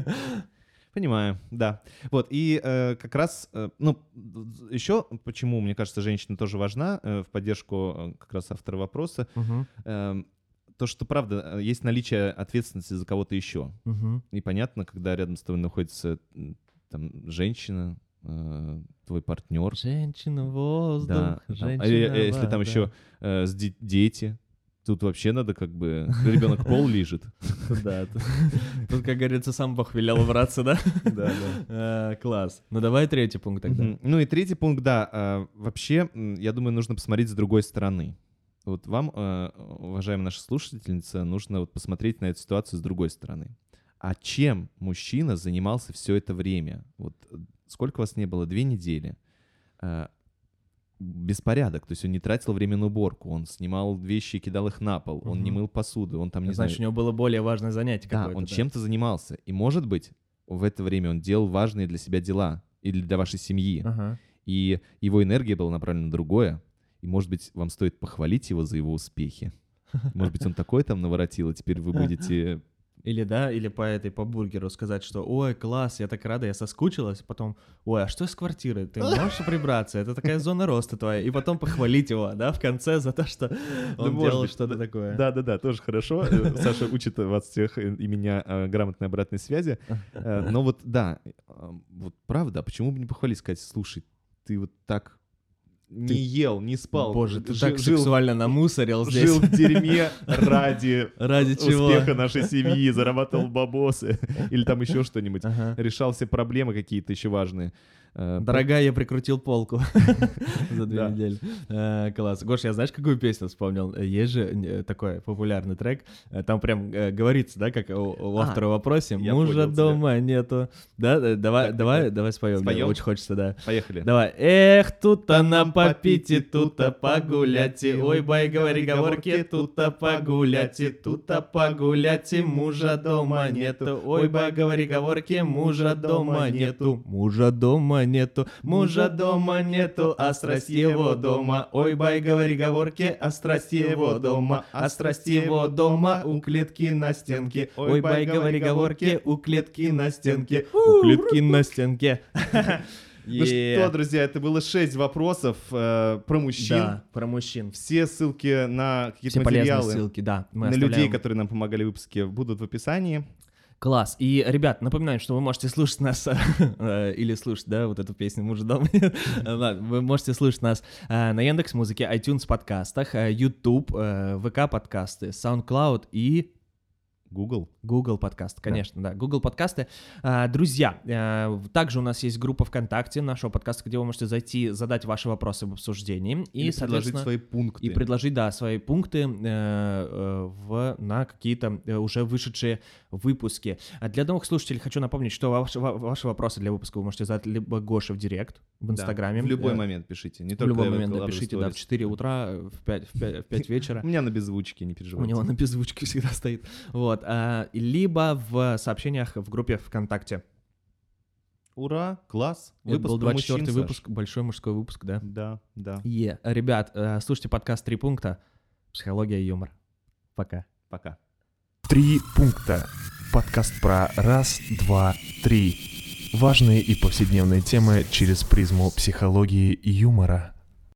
Понимаю, да. Вот, и э, как раз, э, ну, еще почему, мне кажется, женщина тоже важна э, в поддержку э, как раз автора вопроса, Мгм, э, то, что, правда, э, есть наличие ответственности за кого-то еще. мгм. И понятно, когда рядом с тобой находится м, там женщина, э, твой партнер, Женщина, воздух, да, там, женщина, а или, э, если там вода. еще э, с де- дети, тут вообще надо как бы, ребенок пол лижет. Да, тут, тут, как говорится, сам Бог велел убраться, да? Да, да. Э, Класс. Ну давай третий пункт тогда. Мгм. Ну и третий пункт, да, а, вообще, м, я думаю, нужно посмотреть с другой стороны. Вот вам, э, уважаемая наша слушательница, нужно вот посмотреть на эту ситуацию с другой стороны. А чем мужчина занимался все это время? Вот э, сколько вас не было? Две недели. Э, Беспорядок, то есть он не тратил время на уборку, он снимал вещи и кидал их на пол, он не Мгм. мыл посуду, он там, не Значит, знаю... у него было более важное занятие Да, какое-то. он чем-то занимался. И, может быть, в это время он делал важные для себя дела или для вашей семьи. Ага. И его энергия была направлена на другое. И, может быть, вам стоит похвалить его за его успехи. Может быть, он такой там наворотил, и теперь вы будете... Или да, или по этой, по бургеру сказать, что ой, класс, я так рада, я соскучилась, потом, ой, а что с квартирой? Ты можешь прибраться? Это такая зона роста твоя. И потом похвалить его, да, в конце за то, что он может делал быть, что-то да. такое. Да-да-да, тоже хорошо. Э, Саша учит вас всех э, и меня э, грамотной обратной связи. Э, Но вот да, э, вот правда, а почему бы не похвалить, сказать, слушай, ты вот так не Ты- ел, не спал. Боже, ты жи- так жил, сексуально намусорил здесь. жил в дерьме ради Ради чего? успеха нашей семьи, зарабатывал бабосы или там еще что-нибудь. Ага. Решал все проблемы какие-то еще важные. Э, Дорогая, я прикрутил полку за две Да. недели. Э, Класс. Гош, я знаешь, какую песню вспомнил? Есть же э, такой популярный трек, э, там прям э, говорится, да, как у, у А, автора в вопросе, я мужа понял тебя. дома нету. Да, да, давай, Так, давай, так. давай споем. Мне Споем? очень хочется, да. Поехали. Давай. Эх, тут-то нам попить, тут-то погулять, ой, бай, говори, говорки, тут-то погулять, тут-то погулять, мужа дома нету, ой, бай, говори, говорки, мужа дома нету, мужа дома нету, мужа дома нету, а страсть его дома, ой, бай, говори, говорки, а страсть его дома, а страсть его дома у клетки на стенке, ой, бай, говори, говорки, у клетки на стенке, у клетки на стенке. Ну что, друзья, это было шесть вопросов э, про мужчин. Да, про мужчин. Все ссылки на какие-то Все полезные материалы, ссылки, да. Мы на оставляем. людей, которые нам помогали в выпуске, будут в описании. Класс. И, ребят, напоминаю, что вы можете слушать нас, э, или слушать, да, вот эту песню «Мужа дома». Ладно, вы можете слушать нас э, на Яндекс.Музыке, iTunes подкастах, э, YouTube, э, ВК подкасты, SoundCloud и... Google. Google подкаст, конечно, да, Google подкасты. А, друзья, а, также у нас есть группа ВКонтакте нашего подкаста, где вы можете зайти, задать ваши вопросы в обсуждении и, И предложить соответственно, свои пункты. и предложить, да, свои пункты э, э, в, на какие-то э, уже вышедшие выпуски. А для новых слушателей хочу напомнить, что ваши, ва- ваши вопросы для выпуска вы можете задать либо Гоше в директ в Да, Инстаграме. в любой э, момент пишите. Не В только любой когда я момент выкладываю напишите, да, в сторис. четыре утра, в пять, в пять, в пять вечера. У меня на беззвучке, не У переживайте. него на беззвучке всегда стоит. Вот. а, Либо в сообщениях в группе ВКонтакте. Ура, класс. Это Выпуск был про двадцать четвёртый мужчин, Саш. выпуск, большой мужской выпуск, да? Да, да. Е. Ребят, э, слушайте подкаст «Три пункта». Психология и юмор. Пока. Пока. Три пункта. Подкаст про раз, два, три. Важные и повседневные темы через призму психологии и юмора.